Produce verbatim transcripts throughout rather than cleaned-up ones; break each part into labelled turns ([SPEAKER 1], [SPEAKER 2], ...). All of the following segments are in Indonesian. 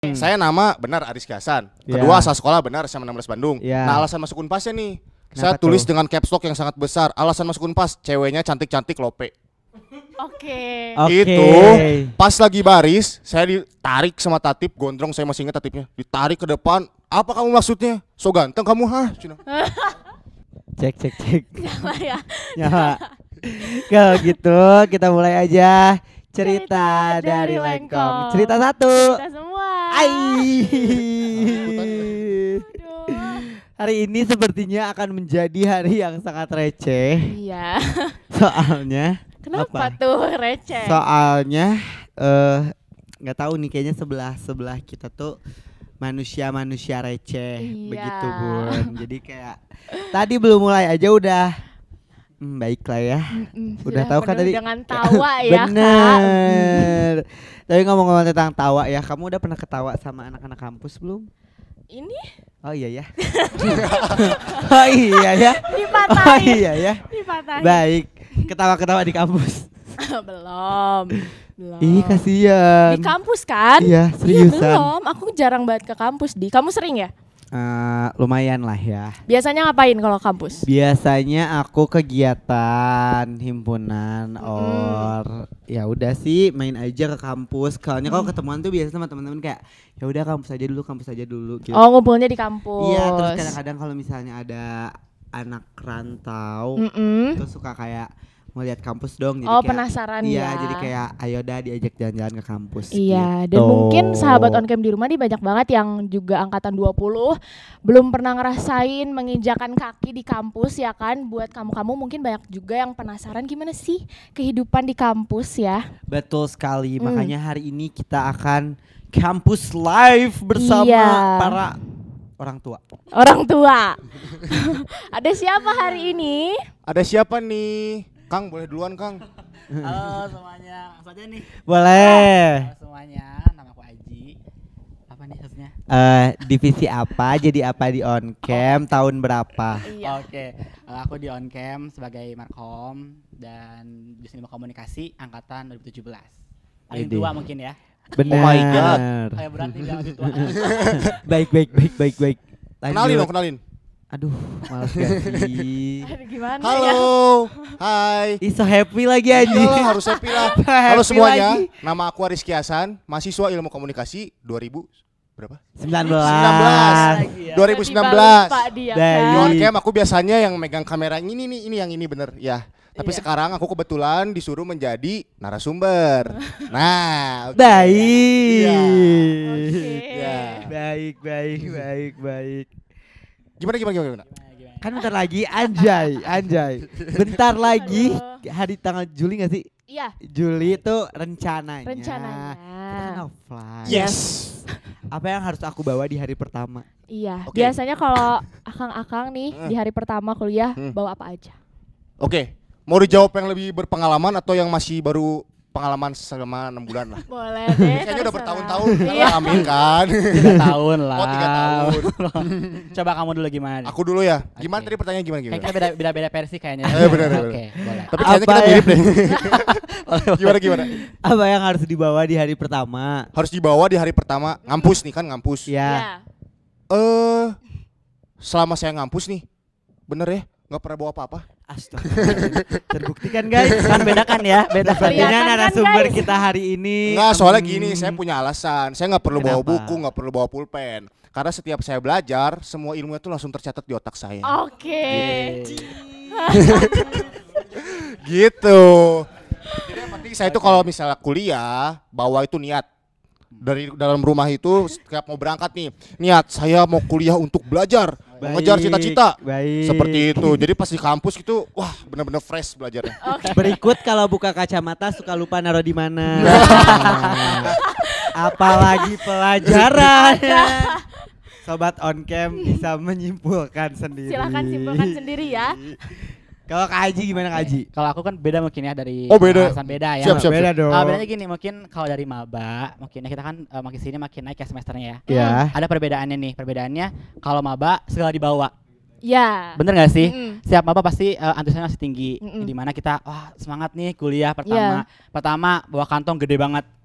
[SPEAKER 1] Hmm. Saya nama benar Aris Gasan.
[SPEAKER 2] Yeah.
[SPEAKER 1] Kedua asal sekolah benar S M enam belas Bandung.
[SPEAKER 2] Yeah.
[SPEAKER 1] Nah alasan masuk Unpasnya nih,
[SPEAKER 2] Kenapa
[SPEAKER 1] saya tulis
[SPEAKER 2] tuh?
[SPEAKER 1] dengan caps lock yang sangat besar. Alasan masuk Unpas, ceweknya cantik-cantik lope.
[SPEAKER 3] Oke.
[SPEAKER 2] Oke.
[SPEAKER 1] Itu pas lagi baris, saya ditarik sama Tatip, gondrong saya masih ingat Tatipnya. Ditarik ke depan, apa kamu maksudnya? So ganteng kamu, hah? Cina.
[SPEAKER 2] Cek cek cek.
[SPEAKER 3] Sama ya.
[SPEAKER 2] Nyawa. Kalau gitu kita mulai aja cerita,
[SPEAKER 3] Cerita
[SPEAKER 2] dari
[SPEAKER 3] dari
[SPEAKER 2] Lengkong.
[SPEAKER 3] Lengkong.
[SPEAKER 2] Cerita satu.
[SPEAKER 3] Kita semua.
[SPEAKER 2] Ai.
[SPEAKER 3] Aduh.
[SPEAKER 2] Hari ini sepertinya akan menjadi hari yang sangat receh.
[SPEAKER 3] Iya.
[SPEAKER 2] Soalnya
[SPEAKER 3] Kenapa
[SPEAKER 2] apa?
[SPEAKER 3] tuh receh?
[SPEAKER 2] Soalnya eh nggak tahu nih kayaknya sebelah sebelah kita tuh manusia-manusia receh.
[SPEAKER 3] Iya.
[SPEAKER 2] Begitu Bun. Jadi kayak tadi belum mulai aja udah hmm, baik lah ya.
[SPEAKER 3] Mm-mm,
[SPEAKER 2] Udah
[SPEAKER 3] sudah
[SPEAKER 2] tahu kan
[SPEAKER 3] penuh
[SPEAKER 2] tadi?
[SPEAKER 3] dengan tawa ya Kak.
[SPEAKER 2] Bener. Tapi ngomong-ngomong tentang tawa ya, kamu udah pernah ketawa sama anak-anak kampus belum?
[SPEAKER 3] Ini
[SPEAKER 2] Oh iya ya. Oh iya ya. Oh
[SPEAKER 3] dipatahin.
[SPEAKER 2] iya ya.
[SPEAKER 3] Dipatahin.
[SPEAKER 2] Baik. Ketawa-ketawa di kampus.
[SPEAKER 3] Belum. Belum.
[SPEAKER 2] Ih kasihan.
[SPEAKER 3] Di kampus kan?
[SPEAKER 2] Iya
[SPEAKER 3] Iya
[SPEAKER 2] seriusan.
[SPEAKER 3] belum. Aku jarang banget ke kampus di. Kamu sering ya?
[SPEAKER 2] Eh, lumayan lah ya.
[SPEAKER 3] Biasanya ngapain kalau kampus?
[SPEAKER 2] Biasanya aku kegiatan himpunan
[SPEAKER 3] Mm-mm.
[SPEAKER 2] or ya udah sih main aja ke kampus. Soalnya kalau ketemuan tuh biasa sama teman-teman kayak ya udah kampus aja dulu, kampus aja dulu gitu.
[SPEAKER 3] Oh, ngumpulnya di kampus.
[SPEAKER 2] Iya, terus kadang-kadang kalau misalnya ada anak rantau
[SPEAKER 3] Mm-mm.
[SPEAKER 2] itu suka kayak mau lihat kampus dong jadi
[SPEAKER 3] Oh,
[SPEAKER 2] kayak,
[SPEAKER 3] penasaran
[SPEAKER 2] iya,
[SPEAKER 3] ya.
[SPEAKER 2] jadi kayak ayo dah diajak jalan-jalan ke kampus.
[SPEAKER 3] Iya,
[SPEAKER 2] gitu.
[SPEAKER 3] dan mungkin sahabat on cam di rumah nih banyak banget yang juga angkatan dua puluh belum pernah ngerasain menginjakan kaki di kampus ya kan. Buat kamu-kamu mungkin banyak juga yang penasaran gimana sih kehidupan di kampus ya.
[SPEAKER 2] Betul sekali.
[SPEAKER 3] Hmm.
[SPEAKER 2] Makanya hari ini kita akan campus live bersama
[SPEAKER 3] Iya.
[SPEAKER 2] para orang tua.
[SPEAKER 3] Orang tua. Ada siapa hari ini?
[SPEAKER 1] Ada siapa nih? Kang boleh duluan Kang.
[SPEAKER 4] Halo semuanya, langsung aja nih.
[SPEAKER 2] Boleh.
[SPEAKER 4] Halo semuanya, nama aku Aji. Apa nih maksudnya?
[SPEAKER 2] Eh divisi apa? Jadi apa di on cam? Tahun berapa?
[SPEAKER 3] Iya.
[SPEAKER 4] Oke, eh, aku di on cam sebagai markom dan jurusan ilmu komunikasi angkatan dua ribu tujuh belas. Paling
[SPEAKER 2] Widih.
[SPEAKER 4] tua mungkin ya.
[SPEAKER 2] Benar.
[SPEAKER 1] Oh my God.
[SPEAKER 4] Kayak berarti bilang lebih tua.
[SPEAKER 2] baik baik baik baik baik.
[SPEAKER 1] Kenalin dong, kenalin.
[SPEAKER 2] Aduh, males gak sih?
[SPEAKER 3] Aduh, gimana ya?
[SPEAKER 1] Halo, hai.
[SPEAKER 2] Ih, so happy lagi aja.
[SPEAKER 1] Iyalah, harus happy lah.
[SPEAKER 2] Happy
[SPEAKER 1] Halo semuanya,
[SPEAKER 2] lagi.
[SPEAKER 1] nama aku Aris Kiasan, mahasiswa ilmu komunikasi dua ribu berapa?
[SPEAKER 2] sembilan
[SPEAKER 1] sembilan belas.
[SPEAKER 2] belas.
[SPEAKER 4] Lagi ya.
[SPEAKER 1] dua ribu sembilan belas.
[SPEAKER 3] Tiba-tiba lupa dia,
[SPEAKER 2] Dari-
[SPEAKER 1] Di
[SPEAKER 3] kan?
[SPEAKER 1] on cam aku biasanya yang megang kamera ini nih, ini yang ini bener ya. Tapi
[SPEAKER 3] Iya.
[SPEAKER 1] sekarang aku kebetulan disuruh menjadi narasumber. Nah, oke.
[SPEAKER 2] Baik.
[SPEAKER 1] Iya.
[SPEAKER 3] Oke.
[SPEAKER 1] Ya.
[SPEAKER 2] Baik, baik, baik, baik.
[SPEAKER 1] Gimana gimana gimana? gimana?
[SPEAKER 4] Gimana, gimana?
[SPEAKER 2] Kan bentar lagi anjay, anjay. Bentar lagi hari tanggal Juli gak sih?
[SPEAKER 3] Iya,
[SPEAKER 2] Juli itu rencananya.
[SPEAKER 3] rencananya.
[SPEAKER 2] Kita kan offline.
[SPEAKER 1] Yes.
[SPEAKER 2] Apa yang harus aku bawa di hari pertama?
[SPEAKER 3] Iya,
[SPEAKER 1] Oke.
[SPEAKER 3] biasanya kalau akang-akang nih
[SPEAKER 1] Hmm.
[SPEAKER 3] di hari pertama kuliah
[SPEAKER 1] Hmm.
[SPEAKER 3] bawa apa aja?
[SPEAKER 1] Oke, mau dijawab yang lebih berpengalaman atau yang masih baru pengalaman selama enam bulan lah?
[SPEAKER 3] Boleh deh.
[SPEAKER 1] Kayaknya udah
[SPEAKER 3] terserah.
[SPEAKER 1] bertahun-tahun
[SPEAKER 3] Iya.
[SPEAKER 1] ngalamin kan.
[SPEAKER 4] Tiga tahun lah.
[SPEAKER 1] Oh, tiga tahun.
[SPEAKER 4] Coba kamu dulu gimana?
[SPEAKER 1] Aku dulu ya. Gimana
[SPEAKER 4] Oke.
[SPEAKER 1] tadi pertanyaan gimana
[SPEAKER 4] Kayak
[SPEAKER 1] gimana?
[SPEAKER 4] kita beda, beda beda versi kayaknya.
[SPEAKER 1] Eh, benar, benar.
[SPEAKER 4] Oke, boleh.
[SPEAKER 1] Tapi kayaknya
[SPEAKER 2] Apa
[SPEAKER 1] kita
[SPEAKER 2] ya?
[SPEAKER 1] mirip deh. Gimana gimana?
[SPEAKER 2] Apa yang harus dibawa di hari pertama?
[SPEAKER 1] Harus dibawa di hari pertama ngampus nih kan ngampus.
[SPEAKER 2] Ya.
[SPEAKER 3] Iya.
[SPEAKER 1] Eh, selama saya ngampus nih, bener ya, nggak pernah bawa apa-apa.
[SPEAKER 2] Astaga. Terbukti kan guys?
[SPEAKER 4] Kan bedakan ya, bedakan.
[SPEAKER 3] Kelihatan
[SPEAKER 2] Sepertinya
[SPEAKER 3] kan,
[SPEAKER 2] narasumber
[SPEAKER 3] guys?
[SPEAKER 2] kita hari ini.
[SPEAKER 1] Enggak, soalnya
[SPEAKER 2] hmm,
[SPEAKER 1] gini, saya punya alasan. Saya nggak perlu bawa
[SPEAKER 2] Kenapa?
[SPEAKER 1] buku, nggak perlu bawa pulpen. Karena setiap saya belajar, semua ilmunya tuh langsung tercatat di otak saya.
[SPEAKER 3] Oke.
[SPEAKER 1] Gitu. Jadi yang penting saya itu kalau misalnya kuliah, bawa itu niat. Dari dalam rumah itu setiap mau berangkat nih, niat saya mau kuliah untuk belajar, mengejar
[SPEAKER 2] Baik,
[SPEAKER 1] cita-cita.
[SPEAKER 2] Baik.
[SPEAKER 1] Seperti itu. Jadi pas di kampus gitu, wah bener-bener fresh belajarnya.
[SPEAKER 2] Berikut kalau buka kacamata suka lupa naruh di mana. Apalagi pelajaran. Sobat on cam bisa menyimpulkan sendiri.
[SPEAKER 3] Silahkan simpulkan sendiri ya.
[SPEAKER 2] Kalau Kak Aji gimana Kak Aji?
[SPEAKER 4] Kalau aku kan beda mungkin ya dari
[SPEAKER 1] Oh, beda.
[SPEAKER 4] alasan beda ya.
[SPEAKER 1] Siap, siap.
[SPEAKER 2] Beda dong.
[SPEAKER 4] Ah, bedanya gini, mungkin kalau dari maba, mungkin kita kan uh, makin sini makin naik ya semesternya ya.
[SPEAKER 2] Ya.
[SPEAKER 4] Ada perbedaannya nih, perbedaannya kalau maba segala dibawa.
[SPEAKER 3] Ya.
[SPEAKER 4] Bener gak sih?
[SPEAKER 3] Mm-mm.
[SPEAKER 4] Setiap maba pasti uh, antusiasnya masih tinggi.
[SPEAKER 3] Mm-mm.
[SPEAKER 4] Dimana kita wah semangat nih kuliah pertama. Pertama bawa kantong gede banget.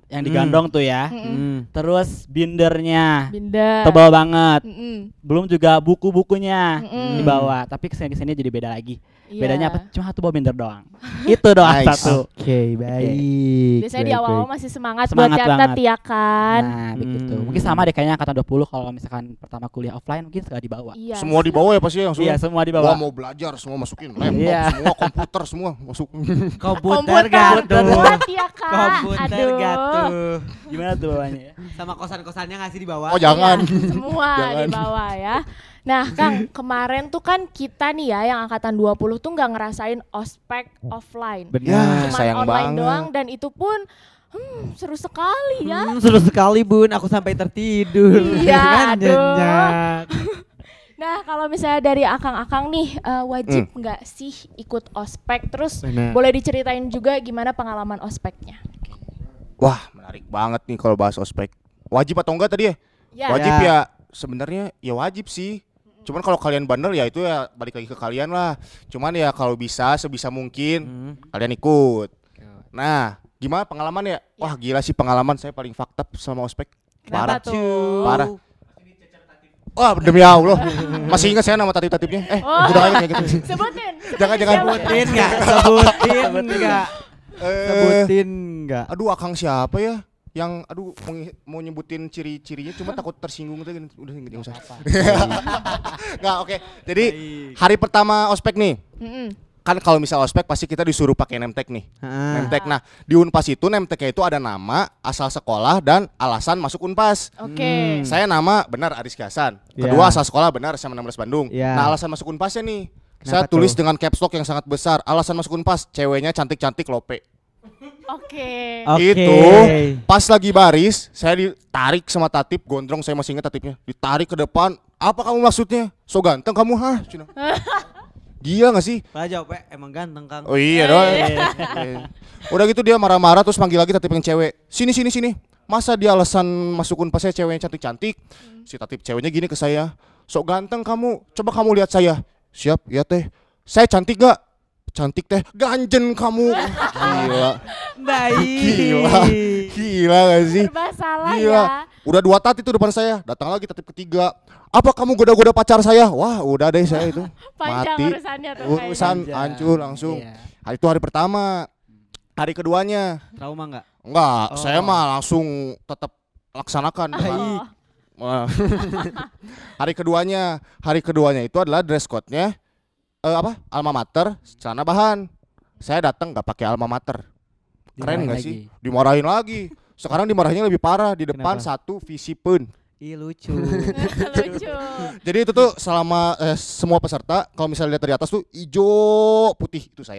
[SPEAKER 4] yang digandong tuh ya.
[SPEAKER 3] Mm-mm.
[SPEAKER 2] Hmm.
[SPEAKER 4] Terus bindernya
[SPEAKER 3] Binder.
[SPEAKER 4] tebal banget.
[SPEAKER 3] Mm-mm.
[SPEAKER 4] Belum juga buku-bukunya
[SPEAKER 3] Mm-mm.
[SPEAKER 4] dibawa, tapi kesini kesini jadi beda lagi.
[SPEAKER 3] Iya.
[SPEAKER 4] Bedanya apa? Cuma satu bawa binder doang. Itu doang
[SPEAKER 1] Nice.
[SPEAKER 4] satu.
[SPEAKER 2] Oke, baik.
[SPEAKER 3] Biasanya di
[SPEAKER 2] baik,
[SPEAKER 3] awal-awal
[SPEAKER 2] baik.
[SPEAKER 3] masih semangat,
[SPEAKER 4] Semangat
[SPEAKER 3] buat catat
[SPEAKER 4] banget.
[SPEAKER 3] ya kan.
[SPEAKER 4] Nah, begitu.
[SPEAKER 2] Hmm.
[SPEAKER 4] Mungkin sama deh kayaknya angkatan dua puluh kalau misalkan pertama kuliah offline mungkin segala dibawa.
[SPEAKER 3] Iya.
[SPEAKER 1] Semua dibawa ya pasti langsung.
[SPEAKER 4] Iya, semua
[SPEAKER 1] Wah
[SPEAKER 4] dibawa.
[SPEAKER 1] mau belajar semua masukin laptop
[SPEAKER 4] Iya.
[SPEAKER 1] semua komputer semua masuk.
[SPEAKER 2] Komputer gak tuh?
[SPEAKER 3] Berat ya kak.
[SPEAKER 2] Komputer
[SPEAKER 3] Aduh.
[SPEAKER 2] gak tuh?
[SPEAKER 4] Gimana tuh bawanya ya?
[SPEAKER 2] Sama kosan-kosannya ngasih di bawah.
[SPEAKER 1] Oh jangan.
[SPEAKER 3] Iya, semua
[SPEAKER 1] Jangan.
[SPEAKER 3] di bawah ya. Nah Kang, kemarin tuh kan kita nih ya yang angkatan dua puluh tuh nggak ngerasain ospek offline.
[SPEAKER 1] Ya,
[SPEAKER 3] Cuman
[SPEAKER 1] sayang
[SPEAKER 3] online
[SPEAKER 1] banget.
[SPEAKER 3] doang dan itu pun hmm, seru sekali ya.
[SPEAKER 2] Hmm, seru sekali Bun, aku sampai tertidur.
[SPEAKER 3] Iya,
[SPEAKER 2] Kan
[SPEAKER 3] aduh.
[SPEAKER 2] nyenyak.
[SPEAKER 3] Nah kalau misalnya dari akang-akang nih eh, wajib nggak sih ikut ospek? Terus
[SPEAKER 2] Benar.
[SPEAKER 3] boleh diceritain juga gimana pengalaman ospeknya?
[SPEAKER 1] Wah menarik banget nih kalau bahas ospek. Wajib atau enggak tadi ya?
[SPEAKER 3] Ya.
[SPEAKER 1] Wajib
[SPEAKER 2] Ya.
[SPEAKER 1] ya. Sebenarnya ya wajib sih. Cuman kalau kalian bandel ya itu ya balik lagi ke kalian lah. Cuman ya kalau bisa sebisa mungkin
[SPEAKER 2] Hmm.
[SPEAKER 1] kalian ikut. Nah, gimana pengalaman ya? Wah, gila sih pengalaman saya paling fakta sama ospek. Parah.
[SPEAKER 3] Kenapa tuh?
[SPEAKER 1] Parah. Wah, demi Allah. Masih ingat saya nama tatip-tatipnya? Eh,
[SPEAKER 3] Oh.
[SPEAKER 1] udah kayak gitu.
[SPEAKER 3] Sebutin.
[SPEAKER 1] Jangan, jangan.
[SPEAKER 3] Siapa?
[SPEAKER 2] Sebutin nggak? Sebutin nggak?
[SPEAKER 1] Eh,
[SPEAKER 2] Sebutin nggak?
[SPEAKER 1] aduh, Akang siapa ya? Yang aduh mau, mau nyebutin ciri-cirinya cuma takut tersinggung tuh udah enggak usah. Enggak, oke. Jadi hari pertama ospek nih.
[SPEAKER 3] Mm-mm.
[SPEAKER 1] Kan kalau misal ospek pasti kita disuruh pakai nemtek nih.
[SPEAKER 2] Ah.
[SPEAKER 1] Nemtek. Nah, di Unpas itu nemteknya itu ada nama, asal sekolah dan alasan masuk Unpas.
[SPEAKER 3] Oke.
[SPEAKER 1] Saya nama benar Aris Hasan.
[SPEAKER 2] Ya.
[SPEAKER 1] Kedua asal sekolah benar S M enam belas Bandung.
[SPEAKER 2] Ya.
[SPEAKER 1] Nah, alasan masuk Unpasnya nih.
[SPEAKER 2] Kenapa
[SPEAKER 1] saya tulis
[SPEAKER 2] tuh?
[SPEAKER 1] dengan caps lock yang sangat besar. Alasan masuk Unpas, ceweknya cantik-cantik lope.
[SPEAKER 3] Oke.
[SPEAKER 2] Oke.
[SPEAKER 1] Itu pas lagi baris, saya ditarik sama Tatip, gondrong saya masih ingat Tatipnya. Ditarik ke depan. Apa kamu maksudnya? So ganteng kamu, hah? Cina. Gila gak sih?
[SPEAKER 2] Pak jawab, emang ganteng Kang.
[SPEAKER 1] Oh iya dong. Iya. Udah gitu dia marah-marah terus manggil lagi Tatip yang cewek. Sini sini sini. Masa dia alasan masuk Unpas saya ceweknya cantik-cantik? Si Tatip ceweknya gini ke saya. Sok ganteng kamu. Coba kamu lihat saya. Siap, ya teh. Saya cantik gak? Cantik teh. Ganjen kamu. Gila.
[SPEAKER 2] Baik.
[SPEAKER 1] Gila. Gila gak sih?
[SPEAKER 3] Serba salah
[SPEAKER 1] Gila.
[SPEAKER 3] ya.
[SPEAKER 1] Udah dua Tatip itu depan saya. Datang lagi Tatip ketiga. Apa kamu goda-goda pacar saya? Wah, udah deh saya itu.
[SPEAKER 3] Panjang
[SPEAKER 1] Mati.
[SPEAKER 3] urusannya tuh
[SPEAKER 1] Urusan
[SPEAKER 3] kayaknya.
[SPEAKER 1] hancur langsung.
[SPEAKER 4] Iya.
[SPEAKER 1] Hari itu hari pertama. Hari keduanya
[SPEAKER 2] Trauma nggak?
[SPEAKER 1] enggak,
[SPEAKER 2] Oh.
[SPEAKER 1] saya mah langsung tetap laksanakan.
[SPEAKER 3] Oh.
[SPEAKER 1] Wah. Hari keduanya, hari keduanya itu adalah dress code-nya eh, apa? Alma mater, celana bahan. Saya datang nggak pakai alma mater. Keren
[SPEAKER 4] Dimarahin
[SPEAKER 1] nggak
[SPEAKER 4] lagi.
[SPEAKER 1] sih? Dimarahin lagi. Sekarang dimarahinnya lebih parah di depan
[SPEAKER 2] Kenapa?
[SPEAKER 1] satu visi pun.
[SPEAKER 2] Ih lucu.
[SPEAKER 3] Lucu.
[SPEAKER 1] Jadi itu tuh selama eh, semua peserta kalau misalnya lihat dari atas tuh hijau putih itu saya.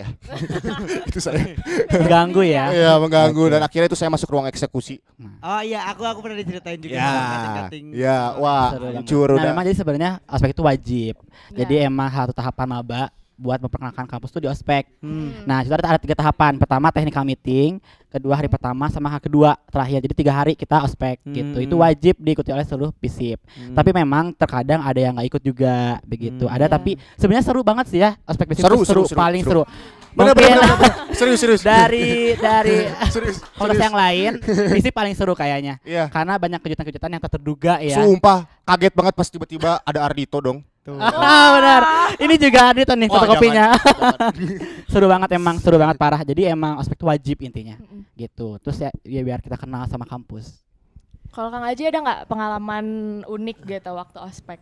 [SPEAKER 1] Itu saya.
[SPEAKER 4] Mengganggu ya.
[SPEAKER 1] Iya mengganggu
[SPEAKER 4] Oke.
[SPEAKER 1] dan akhirnya itu saya masuk ruang eksekusi.
[SPEAKER 2] Oh iya, aku aku pernah diceritain juga.
[SPEAKER 1] Ya,
[SPEAKER 2] kating-kating.
[SPEAKER 1] ya, wah,
[SPEAKER 4] Seru banget.
[SPEAKER 1] hancur
[SPEAKER 4] Nah
[SPEAKER 1] udah.
[SPEAKER 4] memang jadi sebenarnya ospek itu wajib. Jadi
[SPEAKER 3] Ya.
[SPEAKER 4] emang satu tahapan maba buat memperkenalkan kampus tuh di ospek.
[SPEAKER 2] Hmm.
[SPEAKER 4] Nah itu ada, ada tiga tahapan. Pertama technical meeting, kedua hari pertama sama hari kedua terakhir. Jadi tiga hari kita ospek gitu.
[SPEAKER 2] Hmm.
[SPEAKER 4] Itu wajib diikuti oleh seluruh PISIP.
[SPEAKER 2] Hmm.
[SPEAKER 4] Tapi memang terkadang ada yang nggak ikut juga begitu.
[SPEAKER 2] Hmm.
[SPEAKER 4] Ada
[SPEAKER 3] Iya.
[SPEAKER 4] tapi sebenarnya seru banget sih ya ospek PISIP
[SPEAKER 1] Seru,
[SPEAKER 4] itu seru,
[SPEAKER 1] seru, seru,
[SPEAKER 4] paling
[SPEAKER 1] seru.
[SPEAKER 4] seru.
[SPEAKER 1] Bener,
[SPEAKER 4] Mungkin
[SPEAKER 1] bener, bener, bener. Serius, serius.
[SPEAKER 4] dari dari
[SPEAKER 1] serius,
[SPEAKER 4] fakultas
[SPEAKER 1] serius.
[SPEAKER 4] yang lain PISIP paling seru kayaknya.
[SPEAKER 1] Iya.
[SPEAKER 4] Karena banyak kejutan-kejutan yang tak terduga ya.
[SPEAKER 1] Sumpah, kaget banget pas tiba-tiba ada Ardito dong.
[SPEAKER 2] Tuh.
[SPEAKER 4] Ah benar. Ini juga ada tuh nih
[SPEAKER 1] Wah,
[SPEAKER 4] fotokopinya.
[SPEAKER 1] jangan,
[SPEAKER 4] Seru banget emang, seru banget parah. Jadi emang ospek itu wajib intinya.
[SPEAKER 3] Mm-mm.
[SPEAKER 4] Gitu. Terus ya, ya biar kita kenal sama kampus.
[SPEAKER 3] Kalau Kang Aji ada nggak pengalaman unik gitu waktu ospek?